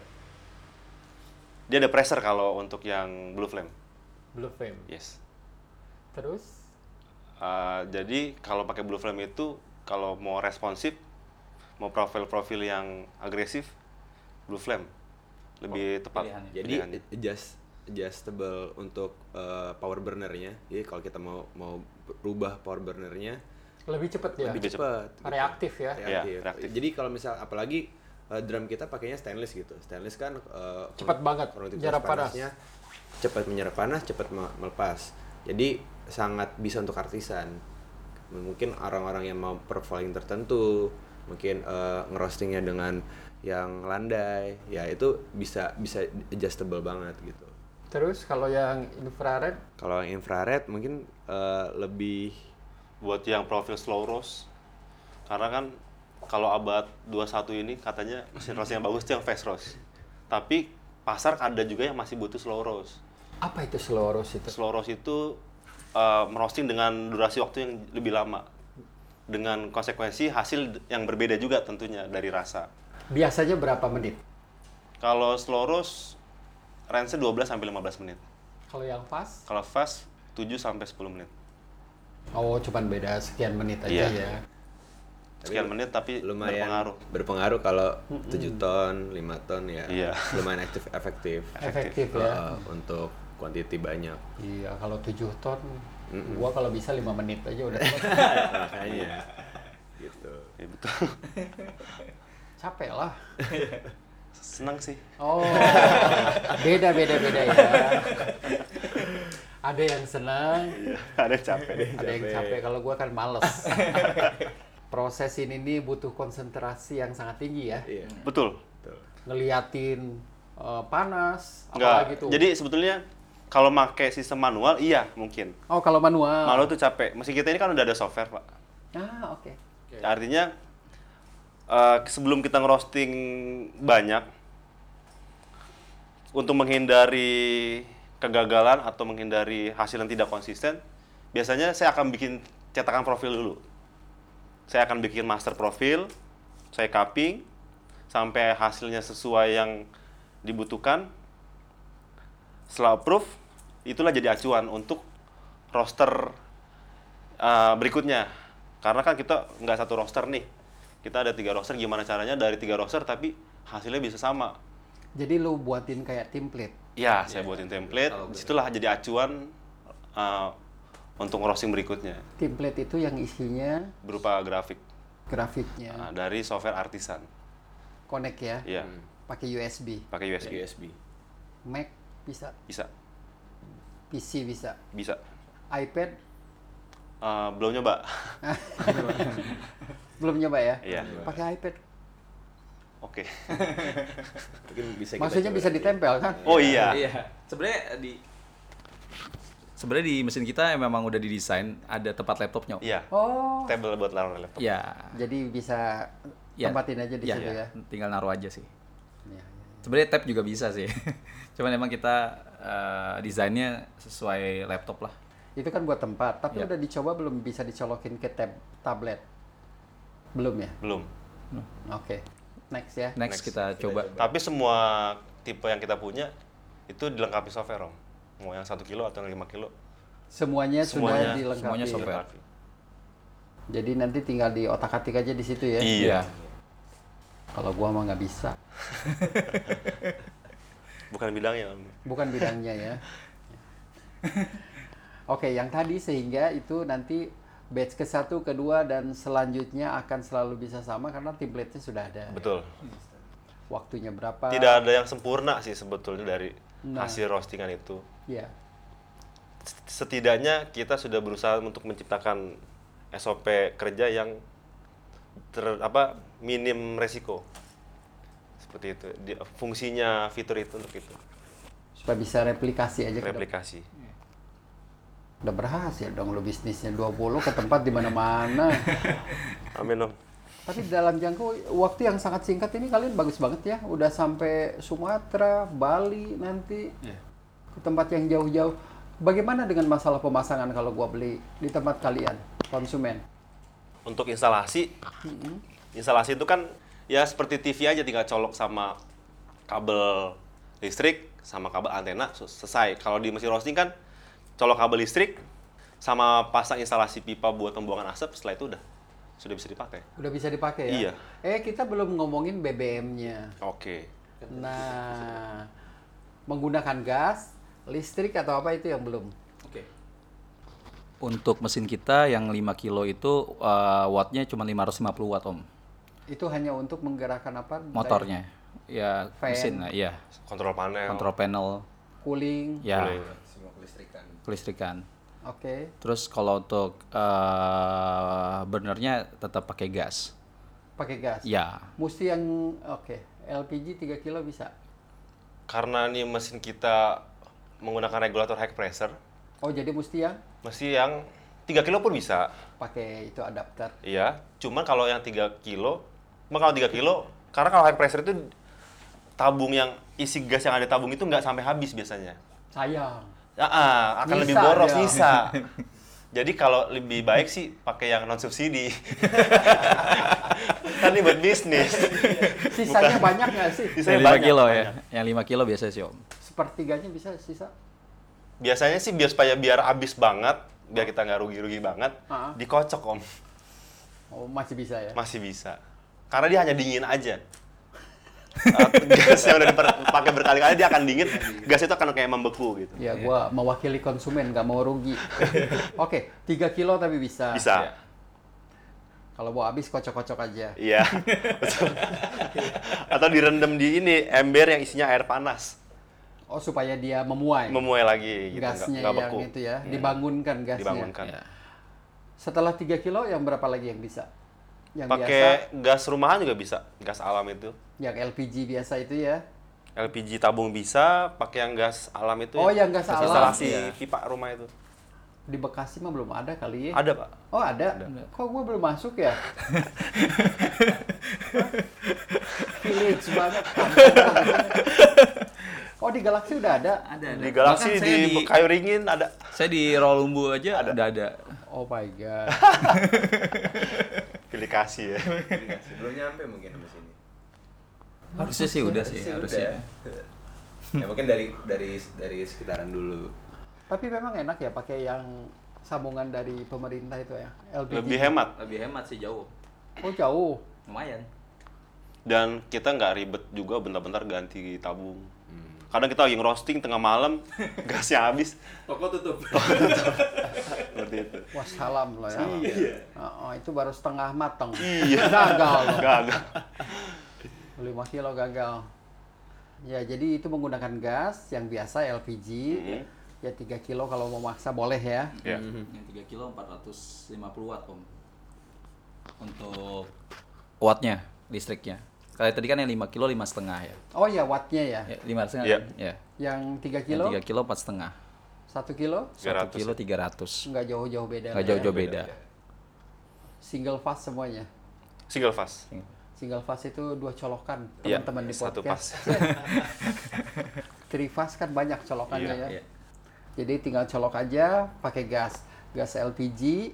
Dia ada pressure kalau untuk yang blue flame. Blue flame. Yes. Terus Uh, jadi kalau pakai blue flame itu kalau mau responsif, mau profil-profil yang agresif, blue flame lebih tepat. pilihannya. Jadi pilihannya. adjust adjustable untuk eh, power burnernya. Jadi kalau kita mau mau rubah power burnernya lebih cepet ya? lebih Lebih cepat. Reaktif ya? Reaktif. Iya, reaktif. Jadi kalau misal apalagi eh, drum kita pakainya stainless gitu. Stainless kan eh, Cepat banget, produktivitas jarak panas. panasnya cepat menyerap panas, cepat me- melepas. Jadi sangat bisa untuk artisan. Mungkin orang-orang yang mau profiling tertentu, mungkin eh, ngerostingnya dengan yang landai, ya itu bisa bisa adjustable banget gitu. Terus kalau yang infrared, Kalau yang infrared mungkin eh, lebih Buat yang profil slow roast, karena kan kalau abad dua puluh satu ini katanya mesin roast yang bagus itu yang fast roast. Tapi pasar ada juga yang masih butuh slow roast. apa itu slow roast itu? Slow roast itu uh, merosting dengan durasi waktu yang lebih lama, dengan konsekuensi hasil yang berbeda juga tentunya dari rasa. Biasanya berapa menit? Kalau slow roast range-nya dua belas sampai lima belas menit. Kalau yang fast? Kalau fast tujuh sampai sepuluh menit. Oh, cuman beda sekian menit aja Iya. ya. Sekian menit tapi lumayan berpengaruh. berpengaruh kalau tujuh ton, lima ton ya. Iya. Lumayan aktif efektif. Efektif ya. Eh, untuk quantity banyak. Iya, kalau tujuh ton, gua kalau bisa lima menit aja udah Makanya gitu. Ya, betul. capek lah. Senang sih. Oh, beda beda beda ya. Ada yang senang, Ada yang capek deh. ada yang capek. Kalau gua kan males. Proses ini nih butuh konsentrasi yang sangat tinggi ya. Iya. Betul. Betul. Ngeliatin eh, panas, Enggak. apalagi tuh. Jadi sebetulnya kalau pakai sistem manual iya mungkin. Oh, kalau manual. Manual tuh capek. Mesin kita ini kan udah ada software, Pak. Ah, oke. Artinya eh, sebelum kita ngerosting banyak, untuk menghindari kegagalan atau menghindari hasil yang tidak konsisten, biasanya saya akan bikin cetakan profil dulu. Saya akan bikin master profil, saya cupping sampai hasilnya sesuai yang dibutuhkan. Setelah approve, itulah jadi acuan untuk roster uh, berikutnya. Karena kan kita nggak satu roster nih, kita ada tiga roster. Gimana caranya dari tiga roster tapi hasilnya bisa sama? Jadi lu buatin kayak template. Ya, saya buatin template. Disitulah jadi acuan uh, untuk roasting berikutnya Template itu yang isinya berupa grafik grafiknya, uh, dari software artisan. connect ya, Iya, pakai U S B. pakai U S B. U S B. Mac bisa, Bisa, P C bisa, bisa. iPad Uh, belum nyoba. belum nyoba ya? Iya. Pakai iPad. Oke. Mungkin bisa kita Maksudnya coba. bisa ditempel kan? Oh iya. Iya. Sebenarnya di sebenarnya di mesin kita memang udah didesain ada tempat laptopnya. Iya. Oh, Table buat naruh laptop. Ya. jadi bisa Ya. tempatin aja di Ya, situ ya. Tinggal naruh aja sih. Ya, ya. Sebenarnya tab juga bisa sih. Cuman emang kita eh, desainnya sesuai laptop lah. Itu kan buat tempat, tapi Ya. udah dicoba belum bisa dicolokin ke tab tablet? Belum ya? Belum. Oke. Next ya. Next, Next. kita, coba. Tapi semua tipe yang kita punya itu dilengkapi software, Om. Mau yang satu kilo atau yang lima kilo. Semuanya, Semuanya- sudah dilengkapi. semuanya software. dilengkapi. Jadi nanti tinggal di otak-atik aja di situ ya. Iya. Kalau gua mah nggak bisa. Bukan bidangnya, Om. Bukan bidangnya ya. Oke, yang tadi sehingga itu nanti batch ke satu, kedua, dan selanjutnya akan selalu bisa sama karena template-nya sudah ada. Betul. Waktunya berapa? Tidak ada yang sempurna sih sebetulnya dari Nah. hasil roastingan itu. Ya. Setidaknya kita sudah berusaha untuk menciptakan S O P kerja yang ter, apa minim resiko. Seperti itu. Di- fungsinya fitur itu untuk itu. Supaya bisa replikasi aja. ke depan. Replikasi. Udah berhasil dong lo bisnisnya dua puluh ke tempat di mana-mana. Amin, Om. Tapi dalam jangka waktu yang sangat singkat ini kalian bagus banget ya. Udah sampai Sumatera, Bali nanti. Ke tempat yang jauh-jauh. Bagaimana dengan masalah pemasangan kalau gua beli di tempat kalian, konsumen? Untuk instalasi, instalasi itu kan ya seperti T V aja, tinggal colok sama kabel listrik sama kabel antena su- selesai. Kalau di mesin roasting kan colok kabel listrik sama pasang instalasi pipa buat pembuangan asap, setelah itu udah sudah bisa dipakai. Udah bisa dipakai ya? Iya. Eh, kita belum ngomongin B B M-nya. Oke. Nah, menggunakan gas, listrik atau apa itu yang belum? Oke. Untuk mesin kita yang lima kilo itu uh, wattnya cuma lima ratus lima puluh watt, Om. Itu hanya untuk menggerakkan apa? Motornya. Ya, Fan. mesin, nah, iya. Kontrol panel. Kontrol panel, Cooling. ya, Boleh. Semua kelistrikan. kelistrikan. Oke. Terus kalau untuk uh, burnernya tetap pakai gas. Pakai gas. Ya, Mesti yang oke, L P G tiga kilo bisa. Karena nih mesin kita menggunakan regulator high pressure, Oh, jadi mesti yang mesti yang tiga kilo pun bisa. pakai itu adapter. Iya, cuman kalau yang tiga kilo, emang kalau tiga kilo, karena kalau high pressure itu tabung yang isi gas yang ada tabung itu nggak sampai habis biasanya. Sayang. Ya, ah, akan Nyisa lebih boros, dia. nyisa. Jadi kalau lebih baik sih pakai yang non subsidi. Kan ini buat bisnis. Sisanya banyak nggak sih? Sisanya yang lima banyak, kilo ya. banyak. Yang lima kilo biasa sih, Om. Sepertiganya bisa sisa. Biasanya sih biar supaya biar habis banget, biar kita nggak rugi-rugi banget, Ah. dikocok, Om. Oh, masih bisa ya. Masih bisa. Karena dia hanya dingin aja. Uh, gas yang udah dipakai berkali-kali dia akan dingin, gas itu akan kayak membeku gitu. Ya, gua mewakili konsumen, nggak mau rugi. Oke, tiga kilo tapi bisa. Bisa. Kalau mau habis kocok-kocok aja. Iya. Betul. Atau direndam di ini ember yang isinya air panas. Oh, supaya dia memuai. Memuai lagi gitu, gasnya nggak- nggak yang beku. itu ya, dibangunkan gasnya. Dibangunkan. Ya. Setelah tiga kilo yang berapa lagi yang bisa? Yang biasa, Pakai gas rumahan juga bisa, gas alam itu. yang L P G biasa itu ya. L P G tabung bisa, pakai yang gas alam itu. Oh, ya. yang gas alam. Instalasi Iya. pipa rumah itu. Di Bekasi mah belum ada kali ya. Ada, Pak. Oh, ada. Kok gue belum masuk ya? Village banget. Oh, di Galaxy udah ada. Ada, Di Galaxy, Bahkan saya di, Kayu Ringin ada. Saya di Rawalumbu aja ada. Udah ada. Oh my god. Pilih kasih ya. Belum nyampe mungkin sampai sini. Harusnya sih udah sih, Harusnya harusnya. udah. Ya mungkin dari dari dari sekitaran dulu. Tapi memang enak ya pakai yang sambungan dari pemerintah itu ya. L P G. Lebih hemat. Lebih hemat sih jauh. Oh, jauh. Lumayan. Dan kita nggak ribet juga bentar-bentar ganti tabung. Kadang kita lagi ngerosting tengah malam, gasnya habis. Toko tutup. Seperti itu. Wah, salam loh ya. Iya. Oh, oh, itu baru setengah matang. Iya. Gagal loh. Gagal. lima kilo gagal. Ya, jadi itu menggunakan gas yang biasa L P G. Mhm. Ya tiga kilo kalau mau maksa boleh ya. Ya. Yang tiga kilo empat ratus lima puluh watt, Om. Untuk wattnya, listriknya. Kalau tadi kan yang lima kilo lima setengah ya. Oh ya, wattnya ya. Ya, lima setengah. Iya. Ya. Yang tiga Yang kilo, tiga kilo empat setengah. satu kilo, tiga Satu ratus kilo ya. tiga ratus. nggak jauh-jauh beda. Nggak lah jauh-jauh ya. beda. Single fast semuanya. Single fast. Single fast itu dua colokan Iya, teman-teman di satu podcast. pas. Three fast kan banyak colokannya Iya, ya. Iya. Jadi tinggal colok aja pakai gas, gas L P G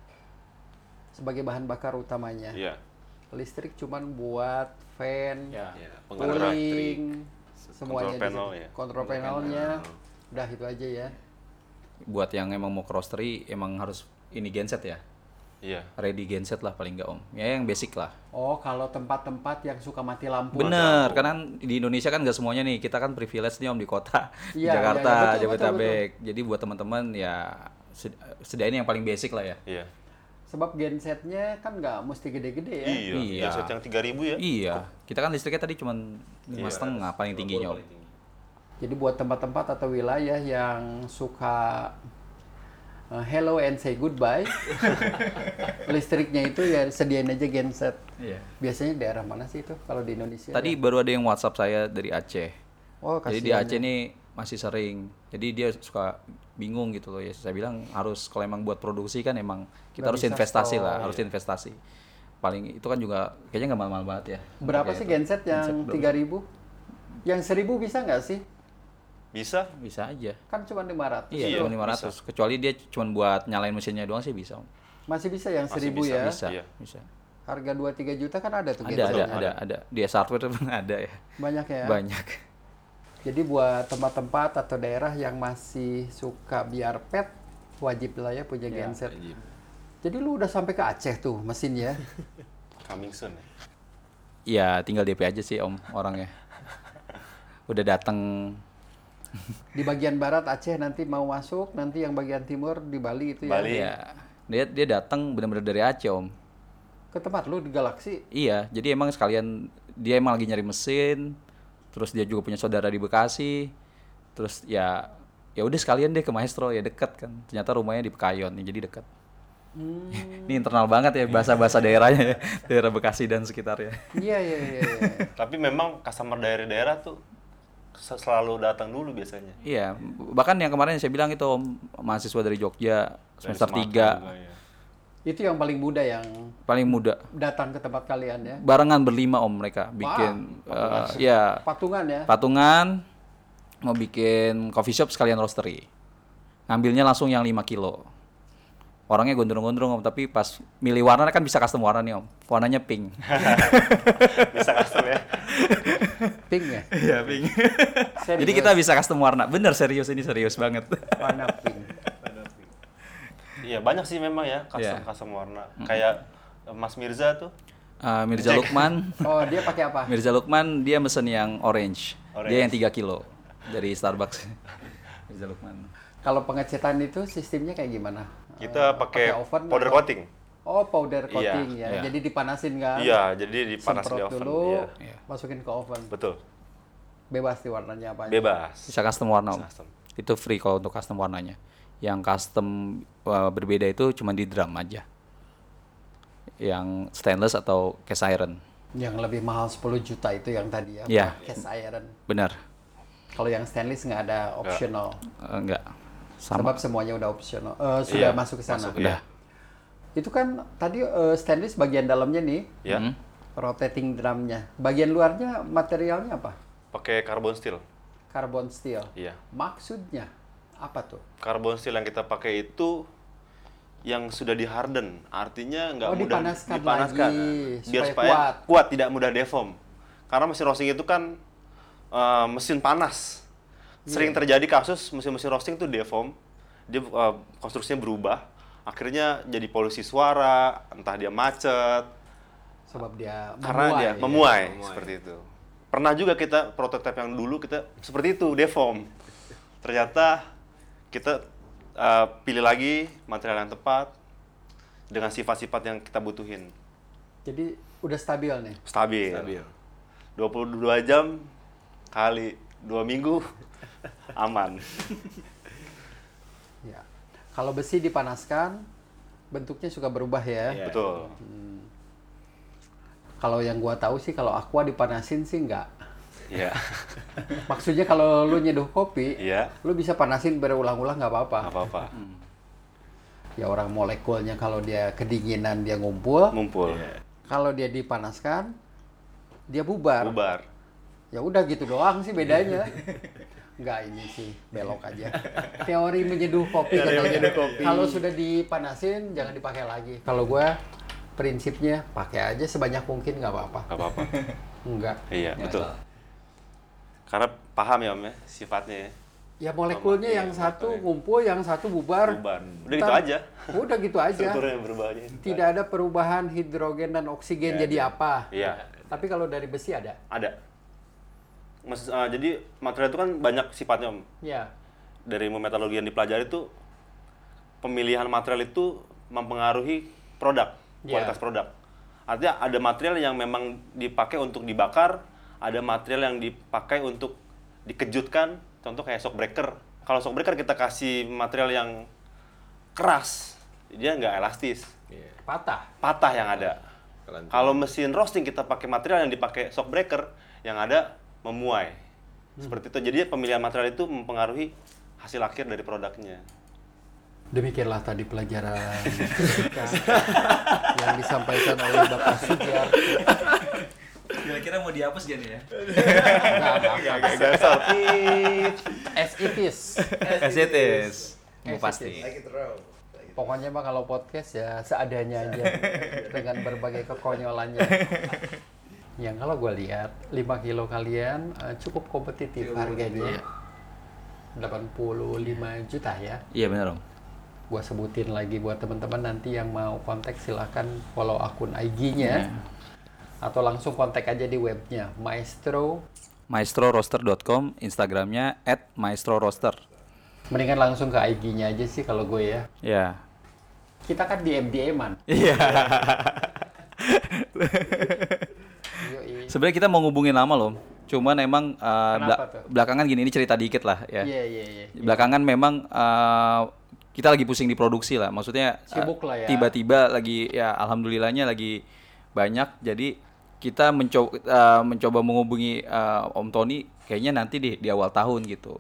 sebagai bahan bakar utamanya. Iya. Listrik cuman buat fan, Ya. Ya, penggerak listrik. cooling, semuanya. Kontrol di panel, situ. ya. Kontrol panelnya, udah itu aja ya. Buat yang emang mau ke roastery emang harus ini genset ya. Iya. Ready genset lah paling nggak om. Ya yang basic lah. Oh, kalau tempat-tempat yang suka mati lampu. Bener, karena di Indonesia kan nggak semuanya nih. Kita kan privilege nih om di kota, Iya, Jakarta, iya, iya, betul, Jabodetabek. Jadi buat teman-teman ya sed- sediain yang paling basic lah ya. Iya. Sebab gensetnya kan nggak mesti gede-gede ya. Iya. Iya. Genset yang tiga ribu ya. Iya, kita kan listriknya tadi cuma lima setengah paling tingginya om. Jadi buat tempat-tempat atau wilayah yang suka uh, hello and say goodbye, listriknya itu ya sediain aja genset. Iya. Biasanya daerah mana sih itu kalau di Indonesia? Tadi baru ada yang WhatsApp saya dari Aceh. Oh, Jadi di kasihan Aceh ya. nih masih sering. Jadi dia suka bingung gitu loh ya. Saya bilang harus kalau emang buat produksi kan emang kita Nggak harus bisa investasi store. lah, harus investasi. Paling itu kan juga kayaknya nggak mahal-mahal banget ya. Berapa Kayak sih itu. genset yang berapa tiga ribu? Yang seribu bisa nggak sih? Bisa. Bisa aja. Kan cuma lima ratus. Iya, Iya, cuma lima ratus. Kecuali dia cuma buat nyalain mesinnya doang sih bisa. Om. Masih bisa yang Masih seribu bisa, ya. Bisa, Iya. bisa. Harga dua tiga juta kan ada tuh Ada, ada, gensetnya. ada, ada. Di S Hardware pun ada ya. Banyak ya. Banyak. Jadi buat tempat-tempat atau daerah yang masih suka biar pet, wajib lah ya punya Ya, genset. wajib. Jadi lu udah sampai ke Aceh tuh mesinnya. Coming soon ya. Iya, tinggal D P aja sih Om orangnya. Udah datang. Di bagian barat Aceh nanti mau masuk, nanti yang bagian timur di Bali itu ya. Bali. Iya. Dia dia datang benar-benar dari Aceh Om. Ke tempat lu di Galaksi. Iya, jadi emang sekalian dia emang lagi nyari mesin, terus dia juga punya saudara di Bekasi, terus ya ya udah sekalian deh ke Maestro ya deket kan. Ternyata rumahnya di Pekayon, nih, jadi dekat. Hmm. Ini internal banget ya bahasa-bahasa daerahnya, ya, daerah Bekasi dan sekitarnya. Iya iya iya. iya. Tapi memang customer daerah-daerah tuh se- selalu datang dulu biasanya. Iya, bahkan yang kemarin saya bilang itu Om, mahasiswa dari Jogja Dari semester Sumatera tiga, juga, ya. Itu yang paling muda yang paling muda. datang ke tempat kalian ya. Barengan berlima Om mereka bikin, eh, ya Patungan ya. patungan mau bikin coffee shop sekalian roastery. Ngambilnya langsung yang lima kilo. Orangnya gondrong-gondrong Om, tapi pas milih warna kan bisa custom warna nih Om. Warnanya pink. Bisa custom ya. Pink ya. Iya, pink. Serius? Jadi kita bisa custom warna. Bener serius ini serius banget. Warna pink. Iya, banyak sih memang ya custom Iya. custom warna. Kayak eh, Mas Mirza tuh. Eh, Mirza Lukman, Oh, dia pakai apa? Mirza Lukman dia mesen yang orange. Orange. Dia yang tiga kilo dari Starbucks. Mirza Lukman. Kalau pengecetan itu sistemnya kayak gimana? Kita Eh, pakai oven powder atau- coating. Oh, powder Iya, coating ya. iya. Jadi dipanasin kan? Iya, jadi dipanasin Semprot di oven. dulu, Iya. Iya. masukin ke oven. Betul. Bebas di warnanya apa aja. Bebas. Bisa custom warna Om. Custom. Itu free kalau untuk custom warnanya. Yang custom uh, berbeda itu cuma di drum aja. Yang stainless atau cast iron. Yang lebih mahal sepuluh juta itu yang tadi ya, Iya. cast iron. Benar. Kalau yang stainless nggak ada optional. Eh, enggak. Sama. Sebab semuanya udah optional. Eh, sudah Iya, masuk ke sana. masuk, Udah. Itu kan tadi eh, stainless bagian dalamnya nih, Ya. Hmm. rotating drumnya. Bagian luarnya materialnya apa? Pakai carbon steel. Carbon steel. Iya. Maksudnya apa tuh? Carbon steel yang kita pakai itu yang sudah di harden, artinya nggak Oh, mudah dipanaskan dipanaskan. lagi, biar supaya supaya kuat. kuat. tidak mudah deform. Karena mesin roasting itu kan eh, mesin panas. Sering terjadi kasus mesin-mesin roasting itu deform, dia eh, konstruksinya berubah, akhirnya jadi polusi suara, entah dia macet, Sebab dia karena memuai, dia ya. memuai, Memuai. seperti itu. Pernah juga kita prototipe yang dulu kita seperti itu deform. Ternyata kita uh, pilih lagi material yang tepat dengan sifat-sifat yang kita butuhin. Jadi udah stabil nih. Stabil. Stabil. dua puluh dua jam kali dua minggu aman. Ya. Kalau besi dipanaskan, bentuknya suka berubah ya. Iya. Betul. Kalau yang gua tahu sih kalau aqua dipanasin sih enggak. Iya. Maksudnya kalau lu nyeduh kopi, Iya. lu bisa panasin berulang-ulang nggak apa-apa. Nggak apa-apa. Ya orang molekulnya kalau dia kedinginan dia ngumpul, Ngumpul. kalau dia dipanaskan dia bubar. Bubar. Ya udah gitu doang sih bedanya. Enggak, ini sih belok aja. Teori menyeduh kopi Teori katanya. menyeduh kopi. Kalau sudah dipanasin jangan dipakai lagi. Kalau gua prinsipnya pakai aja sebanyak mungkin nggak apa-apa. Nggak apa-apa. Enggak. Iya, Ya, betul. asal. Karena paham ya Om ya, sifatnya ya. Ya molekulnya Sama, yang iya, satu molekulnya. ngumpul, yang satu bubar. Bubar. Udah gitu Ntar- aja. Udah gitu aja. Strukturnya yang berubah aja. Tidak ada perubahan hidrogen dan oksigen Ya, jadi iya. apa. Iya, Tapi kalau dari besi ada. ada. Mas, uh, jadi material itu kan banyak sifatnya Om. Ya. Dari ilmu metalurgi yang dipelajari itu pemilihan material itu mempengaruhi produk, Iya. kualitas produk. Artinya ada material yang memang dipakai untuk dibakar, ada material yang dipakai untuk dikejutkan, contoh kayak shock breaker. Kalau shock breaker kita kasih material yang keras, dia nggak elastis, Iya. Patah. patah yang ada. Kelantan. Kalau mesin roasting kita pakai material yang dipakai shock breaker, yang ada memuai. Seperti itu. Jadi pemilihan material itu mempengaruhi hasil akhir dari produknya. Demikianlah tadi pelajaran fisika yang disampaikan oleh Bapak Sugiarto. Kira-kira mau dihapus gak nih ya? Enggak, enggak, As it is. As it is. Mau As it pasti. is. Pokoknya mah kalau podcast ya seadanya aja dengan berbagai kekonyolannya. Yang kalau gue lihat lima kilo kalian eh, cukup kompetitif harganya. delapan puluh lima juta ya. Iya benar Om. Gua sebutin lagi buat teman-teman nanti yang mau kontak silahkan follow akun I G-nya atau langsung kontak aja di webnya maestro. maestro roaster dot com, Instagramnya at maestro roaster. Mendingan langsung ke I G-nya aja sih kalau gue ya. Ya. Kita kan di M D M-an. Iya. Yoi. Sebenarnya kita mau ngubungin lama loh. Cuman emang uh, Kenapa bela- tuh? belakangan gini ini cerita dikit lah ya. Iya iya iya. Belakangan memang uh, kita lagi pusing di produksi lah. Maksudnya uh, Sibuk lah ya. tiba-tiba lagi ya alhamdulillahnya lagi banyak. Jadi kita mencoba uh, mencoba menghubungi uh, Om Tony kayaknya nanti di di awal tahun gitu.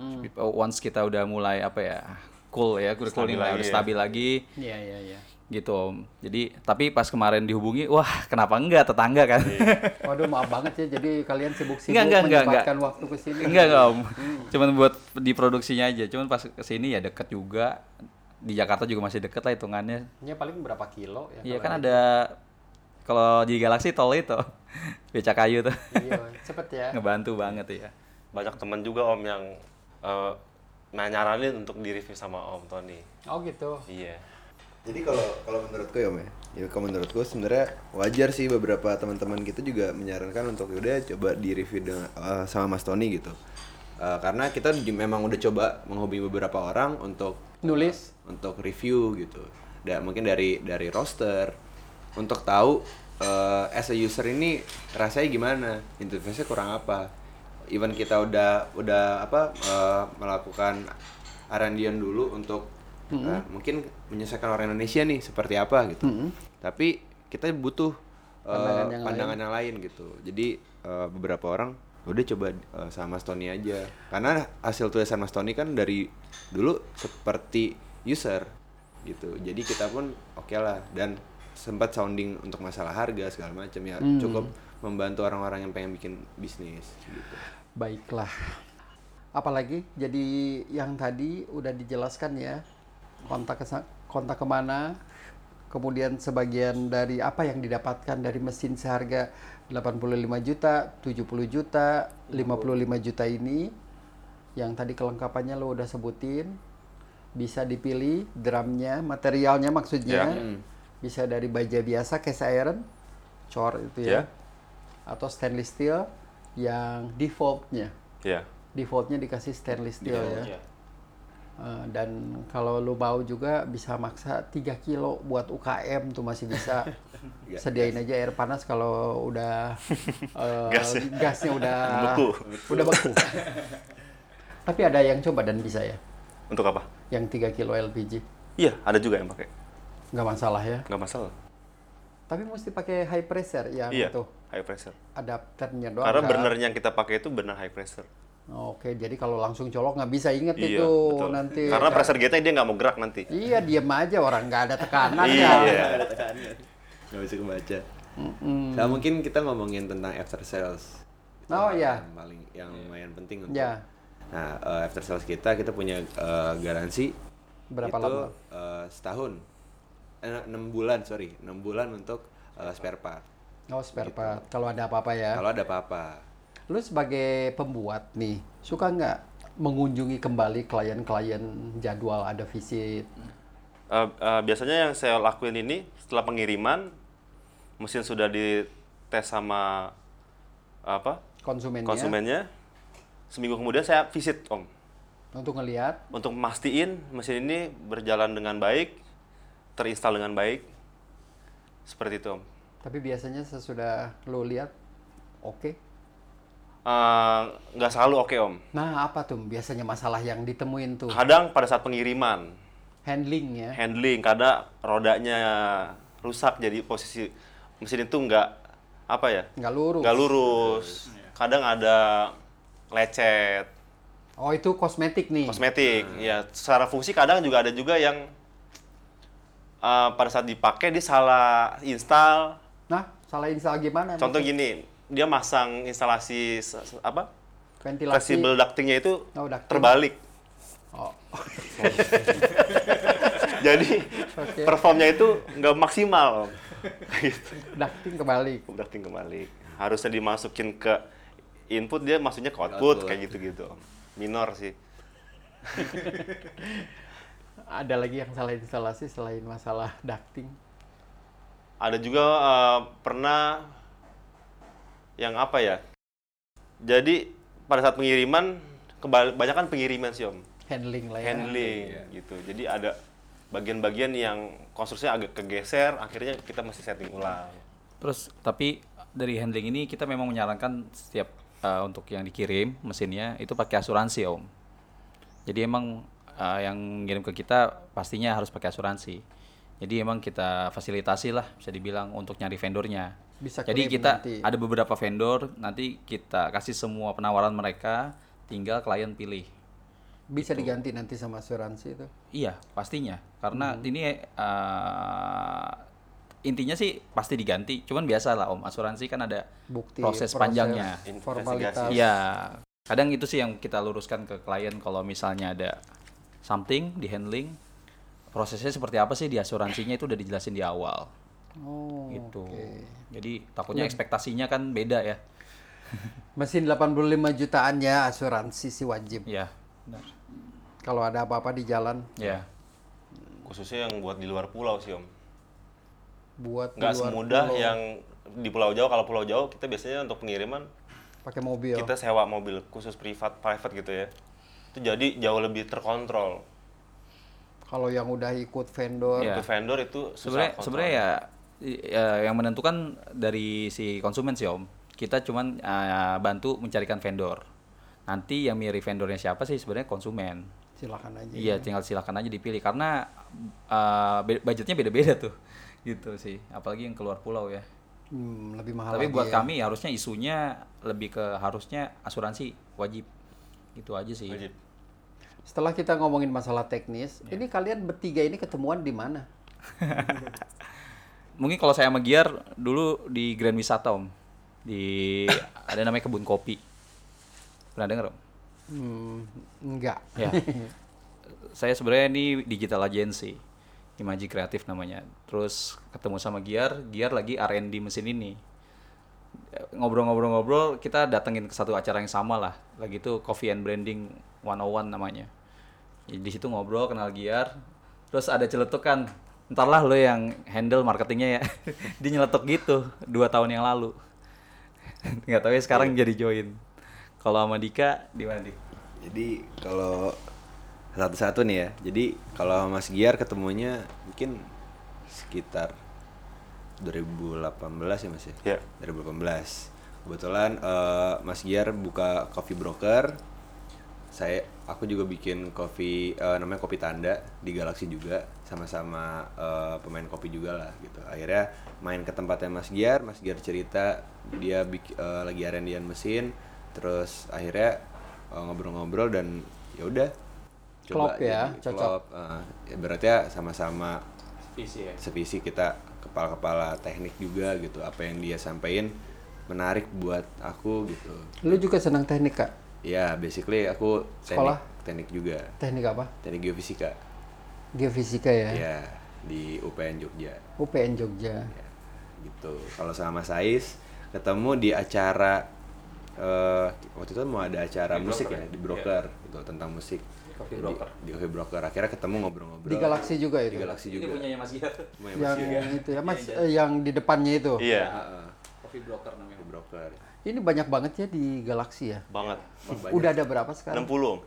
Once kita udah mulai apa ya? Cool ya, udah Stabil cooling lah, lagi udah ya. stabil lagi Iya iya iya. gitu Om. Jadi tapi pas kemarin dihubungi, wah kenapa enggak tetangga kan? Waduh maaf banget ya. Jadi kalian sibuk-sibuk Enggak, enggak, enggak, menyempatkan waktu ke sini. Enggak, enggak Om. Cuman buat di produksinya aja. Cuman pas kesini ya deket juga. Di Jakarta juga masih deket lah hitungannya. Ya paling berapa kilo ya? Iya kalau kan gitu. ada kalau di Galaxy tol itu beca kayu tuh Iya, cepet ya. ngebantu banget ya. Banyak teman juga Om yang uh, nah, nyaranin untuk di-review sama Om Tony. Oh gitu. Iya. Jadi kalau kalau menurutku ya Om ya, ya kalau menurutku sebenarnya wajar sih beberapa teman-teman kita juga menyarankan untuk udah coba di review dengan eh, sama Mas Tony gitu. Eh, karena kita di- memang udah coba menghubungi beberapa orang untuk Nulis. untuk review gitu. Dan mungkin dari dari roster untuk tahu eh, as a user ini rasanya gimana, interface-nya kurang apa. Even kita udah udah apa eh, melakukan R and D-an dulu untuk eh, mungkin menyelesaikan orang Indonesia nih seperti apa gitu. Tapi kita butuh eh, Pandangan yang pandangan yang lain gitu. Jadi eh, beberapa orang udah coba eh, sama Mas Tony aja. Karena hasil tulisan Mas Tony kan dari dulu seperti user gitu. Jadi kita pun oke lah dan sempat sounding untuk masalah harga segala macam ya cukup membantu orang-orang yang pengen bikin bisnis gitu. Baiklah. Apalagi jadi yang tadi udah dijelaskan ya kontak ke kontak kemana, kemudian sebagian dari apa yang didapatkan dari mesin seharga delapan puluh lima juta, tujuh puluh juta, lima puluh lima juta ini yang tadi kelengkapannya lo udah sebutin, bisa dipilih drumnya, materialnya maksudnya Ya. bisa dari baja biasa cast iron, cor itu ya, Ya. atau stainless steel yang defaultnya. Iya. Defaultnya dikasih stainless steel ya. Iya. Uh, dan kalau lu mau juga bisa maksa tiga kilo buat U K M tuh masih bisa. Sediain aja air panas kalau udah uh, Gas. gasnya udah Beku. udah beku. Tapi ada yang coba dan bisa ya. Untuk apa? Yang tiga kilo L P G. Iya, ada juga yang pakai. Nggak masalah ya. Nggak masalah. Tapi mesti pakai high pressure yang Iya, itu high pressure. adapternya doang. Karena kan? burner yang kita pakai itu burner high pressure. Oke, jadi kalau langsung colok nggak bisa inget Iya, itu betul. nanti. Karena pressure gate-nya dia nggak mau gerak nanti. Iya, diem aja orang nggak ada tekanan Iya. ya. Nggak bisa kebaca. Mm-mm. Nah, mungkin kita ngomongin tentang after sales. Itu Oh, yang iya. paling yang lumayan penting untuk Ya. Nah, uh, after sales kita kita punya uh, garansi Berapa itu, lama? Uh, setahun, eh, enam bulan sorry, enam bulan untuk uh, spare part. Oh, spare Gitu. part. Kalau ada apa-apa ya. Kalau ada apa-apa. Lu sebagai pembuat nih, suka nggak mengunjungi kembali klien-klien jadwal ada visit? Uh, uh, biasanya yang saya lakuin ini setelah pengiriman, mesin sudah dites sama apa Konsumennya. konsumennya. Seminggu kemudian saya visit Om Untuk ngelihat. untuk mastiin mesin ini berjalan dengan baik, terinstall dengan baik, seperti itu Om. Tapi biasanya sesudah lu lihat, oke. Uh, nggak selalu oke Om. Nah, apa tuh biasanya masalah yang ditemuin tuh? Kadang pada saat pengiriman, Handling ya. handling, kadang rodanya rusak jadi posisi mesin itu nggak apa ya, Nggak lurus. nggak lurus. Kadang ada lecet, Oh, itu kosmetik nih. kosmetik. Ya, secara fungsi kadang juga ada juga yang uh, pada saat dipakai dia salah install. Nah, salah install gimana? Contoh gini, dia masang instalasi se- se- apa? Ventilasi. Flexible ducting-nya itu Oh, ducting. terbalik. Oh. Jadi Oke. performnya itu nggak maksimal. Gitu. Ducting kebalik. Ducting kembali. Harusnya dimasukin ke input, dia maksudnya ke output, Output. kayak gitu-gitu. Minor sih. Ada lagi yang salah instalasi selain masalah ducting? Ada juga uh, pernah yang apa ya? Jadi pada saat pengiriman, kebanyakan pengiriman sih Om. Handling lah ya. Handling gitu. Jadi ada bagian-bagian yang konstruksinya agak kegeser, akhirnya kita mesti setting ulang. Terus tapi dari handling ini kita memang menyarankan setiap uh, untuk yang dikirim mesinnya itu pakai asuransi Om. Jadi emang uh, yang ngirim ke kita pastinya harus pakai asuransi. Jadi emang kita fasilitasi lah bisa dibilang untuk nyari vendornya. Bisa Jadi klaim kita nanti. ada beberapa vendor, nanti kita kasih semua penawaran mereka, tinggal klien pilih. Bisa diganti nanti sama asuransi itu. Iya, pastinya. Karena Hmm. ini uh, intinya sih pasti diganti. Cuman biasa lah Om, asuransi kan ada Bukti, proses, proses. panjangnya. Formalitas. Iya. Kadang itu sih yang kita luruskan ke klien kalau misalnya ada something di handling, prosesnya seperti apa sih di asuransinya itu udah dijelasin di awal. Oh, Gitu. oke. Jadi takutnya ekspektasinya kan beda ya. Mesin delapan puluh lima jutaan ya, asuransi sih wajib. Iya, benar. Kalau ada apa-apa di jalan, Iya. Khususnya yang buat di luar pulau sih Om. buat di Nggak luar semudah pulau, yang di Pulau Jawa. Kalau Pulau Jawa kita biasanya untuk pengiriman pakai mobil. kita sewa mobil khusus privat private gitu ya. Itu jadi jauh lebih terkontrol. Kalau yang udah ikut vendor, Iya. Untuk vendor itu susah Sebenarnya kontrol. sebenarnya ya, ya yang menentukan dari si konsumen sih Om. Kita cuman uh, bantu mencarikan vendor. Nanti yang milih vendornya siapa sih sebenarnya konsumen. silakan aja. Iya, tinggal silakan aja dipilih karena uh, be- budgetnya beda-beda tuh. Gitu sih. Apalagi yang keluar pulau ya. Hmm, lebih mahal Tapi lagi buat ya. kami harusnya isunya lebih ke harusnya asuransi wajib. Gitu aja sih. Wajib. Setelah kita ngomongin masalah teknis, ini kalian bertiga ini ketemuan di mana? Mungkin kalau saya sama Giar dulu di Grand Wisata Om. Di ada namanya kebun kopi. Pernah dengar Om? Hmm, enggak. Ya. Saya sebenarnya ini digital agency. Imaji Kreatif namanya. Terus ketemu sama Giar, Giar lagi R and D mesin ini. Ngobrol-ngobrol-ngobrol, kita datengin ke satu acara yang sama lah. Lagi itu Coffee and Branding seratus satu namanya. Jadi di situ ngobrol, kenal Giar. Terus ada celetukan, entarlah lo yang handle marketingnya ya. Dia nyeletuk gitu dua tahun yang lalu. Nggak tahu ya sekarang jadi join. Kalau sama Dika di mana Dik? Jadi kalau satu-satu nih ya. Jadi kalau Mas Giar ketemunya mungkin sekitar dua ribu delapan belas ya Mas ya? Iya. dua ribu delapan belas. Kebetulan eh, Mas Giar buka coffee broker. Saya aku juga bikin kopi eh, namanya Kopi Tanda di Galaxy juga, sama-sama eh, pemain kopi juga lah gitu. Akhirnya main ke tempatnya Mas Giar, Mas Giar cerita dia bik, eh, lagi R and D-an mesin, terus akhirnya eh, ngobrol-ngobrol dan ya udah Klop ya, jadi cocok. klop. Eh, ya berarti ya sama-sama Visi ya. sevisi, kita kepala-kepala teknik juga gitu. Apa yang dia sampaikan menarik buat aku gitu. Lu juga senang teknik, Kak? Ya, basically aku Sekolah? teknik teknik juga. Teknik apa? Teknik geofisika. Geofisika ya. Ya, di U P N Jogja. U P N Jogja. Ya, gitu. Kalau sama Mas Ais ketemu di acara eh waktu itu mau ada acara Di musik broker, ya, ya? di broker gitu tentang musik. Coffee Di- Broker. Di, Coffee Broker. Akhirnya ketemu ngobrol-ngobrol. Di Galaxy juga Di itu. Galaxy Ini juga. punyanya Mas Giat. Punya Mas Yang juga. itu ya, Mas, Iya, eh, yang di depannya itu. Iya, Heeh, Coffee Broker namanya. Coffee Broker. Ini banyak banget ya di Galaxy ya. banget. Banyak. Udah ada berapa sekarang? enam puluh.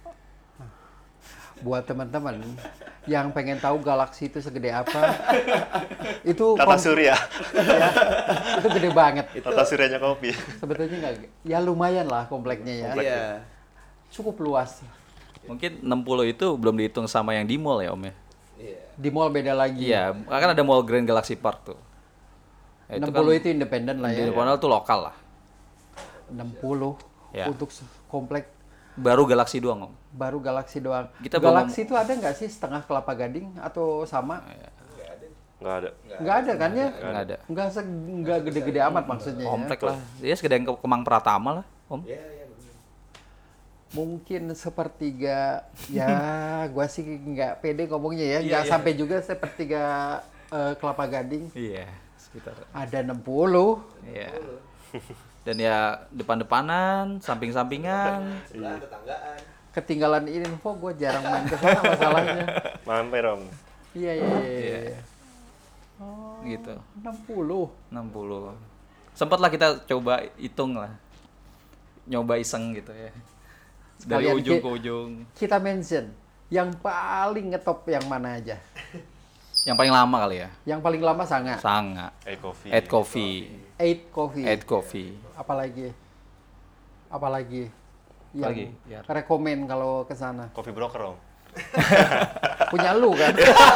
Buat teman-teman yang pengen tahu Galaxy itu segede apa, itu Tata kom- Surya. ya, itu gede banget. Tata Suryanya kopi. Sebetulnya nggak, ya lumayan lah kompleknya ya. Iya. Cukup luas. Mungkin enam puluh itu belum dihitung sama yang di mall ya Om ya? Iya. Di mall beda lagi. Iya, kan ada mall Grand Galaxy Park tuh. Ya, enam puluh itu independen lah di ya. Ponel tuh lokal lah. enam puluh Ya. untuk se- komplek Baru Galaxy doang Om. baru Galaxy doang. Kita belum- Galaxy itu ada nggak sih setengah Kelapa Gading atau sama? Nggak ada. Nggak ada kan ya? Nggak ada. Nggak se- nggak gede-gede amat maksudnya ya. Komplek lah. Ya segede yang ke- Kemang Pratama lah Om. Iya, iya benar. Mungkin sepertiga ya gua sih nggak pede ngomongnya ya, Iya, nggak iya. sampai juga sepertiga eh, Kelapa Gading. Iya, sekitar. Ada enam puluh. Iya. Dan ya depan-depanan, samping-sampingan. Sebelah tetanggaan. Ketinggalan info, gue jarang main ke sana masalahnya. Mampir Om. Iya iya iya. Iya. Gitu. enam puluh. enam puluh. Sempatlah kita coba hitung lah. Nyoba iseng gitu ya. Dari Sekalian ujung ki- ke ujung. Kita mention yang paling ngetop yang mana aja? Yang paling lama kali ya. Yang paling lama Sanga, Sanga. Eh kopi. Ed Coffee. Eight Coffee. Ed Coffee. Apalagi? Apalagi? Yang Apalagi? Biar. rekomen kalau ke sana. Coffee Broker Om. Punya lu kan?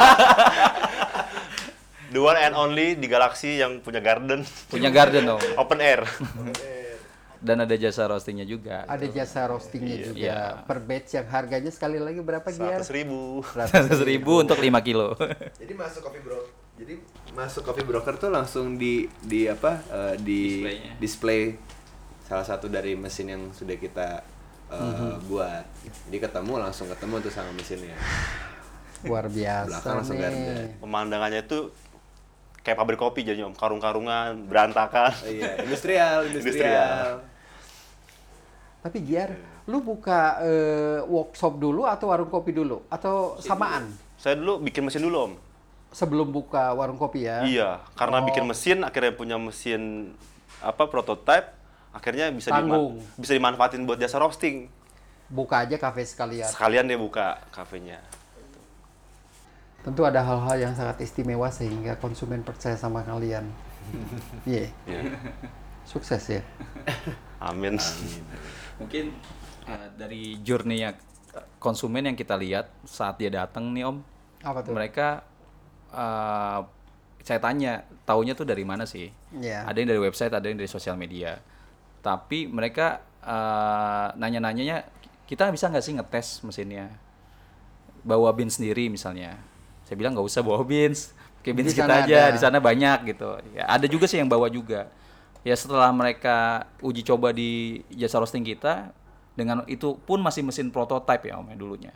The one and only di Galaxy yang punya garden. Punya garden dong. Open air. Dan ada jasa roastingnya juga. Ada jasa roastingnya juga. Iya. Per batch yang harganya sekali lagi berapa Giar? seratus ribu. seratus ribu untuk lima kilo. Jadi masuk Coffee Bro. Jadi masuk Coffee Broker tuh langsung di di apa? eh, di Displaynya. display salah satu dari mesin yang sudah kita eh, buat. Jadi ketemu langsung ketemu tuh sama mesinnya. Luar biasa Belakang langsung nih. garden. Pemandangannya itu kayak pabrik kopi jadi Om. Karung-karungan, berantakan. Oh, iya, industrial, industrial. Tapi Giar, lu buka eh, workshop dulu atau warung kopi dulu? Atau samaan? Saya dulu bikin mesin dulu Om. Sebelum buka warung kopi ya? Iya, karena Oh. bikin mesin akhirnya punya mesin apa prototype, akhirnya bisa Tanggung. bisa dimanfaatin buat jasa roasting. Buka aja kafe sekalian. Sekalian dia buka kafenya. Tentu ada hal-hal yang sangat istimewa sehingga konsumen percaya sama kalian. Iya, Iya. sukses ya. Amin. Mungkin uh, dari journey-nya konsumen yang kita lihat saat dia datang nih Om. Apa tuh? Mereka uh, saya tanya, taunya tuh dari mana sih? Iya. Ada yang dari website, ada yang dari sosial media. Tapi mereka uh, nanya-nanyanya, kita bisa nggak sih ngetes mesinnya? Bawa bin sendiri misalnya. Saya bilang nggak usah bawa bins, pakai bins Di kita sana aja, ada. di sana banyak gitu. Ya, ada juga sih yang bawa juga. Ya setelah mereka uji coba di jasa roasting kita, dengan itu pun masih mesin prototype ya Om ya dulunya.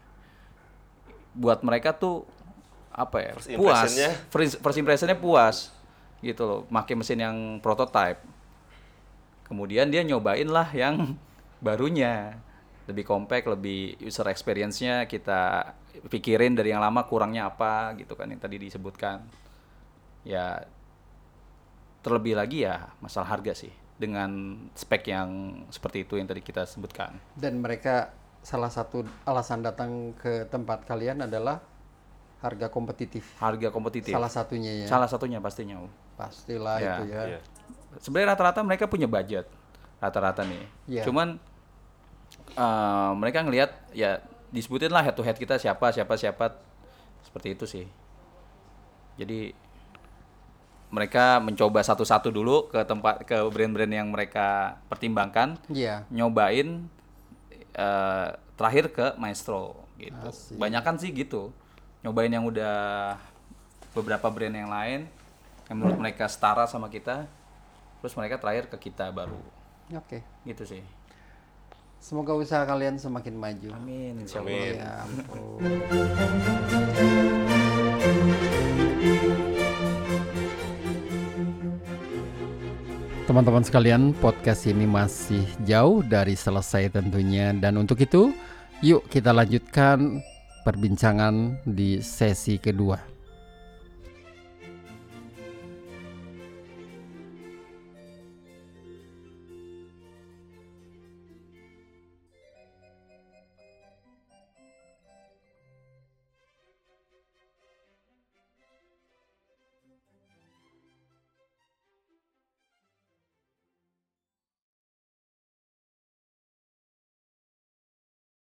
Buat mereka tuh apa ya, First puas, impression-nya. first, first impression-nya puas gitu loh, pakai mesin yang prototype. Kemudian dia nyobain lah yang barunya, lebih compact, lebih user experience-nya kita pikirin dari yang lama kurangnya apa gitu kan yang tadi disebutkan. Ya terlebih lagi ya masalah harga sih dengan spek yang seperti itu yang tadi kita sebutkan. Dan mereka salah satu alasan datang ke tempat kalian adalah harga kompetitif. Harga kompetitif. Salah satunya ya. Salah satunya pastinya. Om. Pastilah Ya, itu ya. Iya. Sebenarnya rata-rata mereka punya budget, rata-rata nih. Iya. Cuman eh, mereka ngelihat ya disebutin lah head to head kita siapa siapa siapa seperti itu sih. Jadi mereka mencoba satu-satu dulu ke tempat ke brand-brand yang mereka pertimbangkan, Iya. nyobain eh, terakhir ke Maestro gitu. Asik. Banyakan sih gitu. Nyobain yang udah beberapa brand yang lain yang menurut mereka setara sama kita. Terus mereka terakhir ke kita baru. Oke. Gitu sih. Semoga usaha kalian semakin maju. Amin, insya Allah. Amin. Ya ampun. Teman-teman sekalian, podcast ini masih jauh dari selesai tentunya. Dan untuk itu, yuk kita lanjutkan perbincangan di sesi kedua.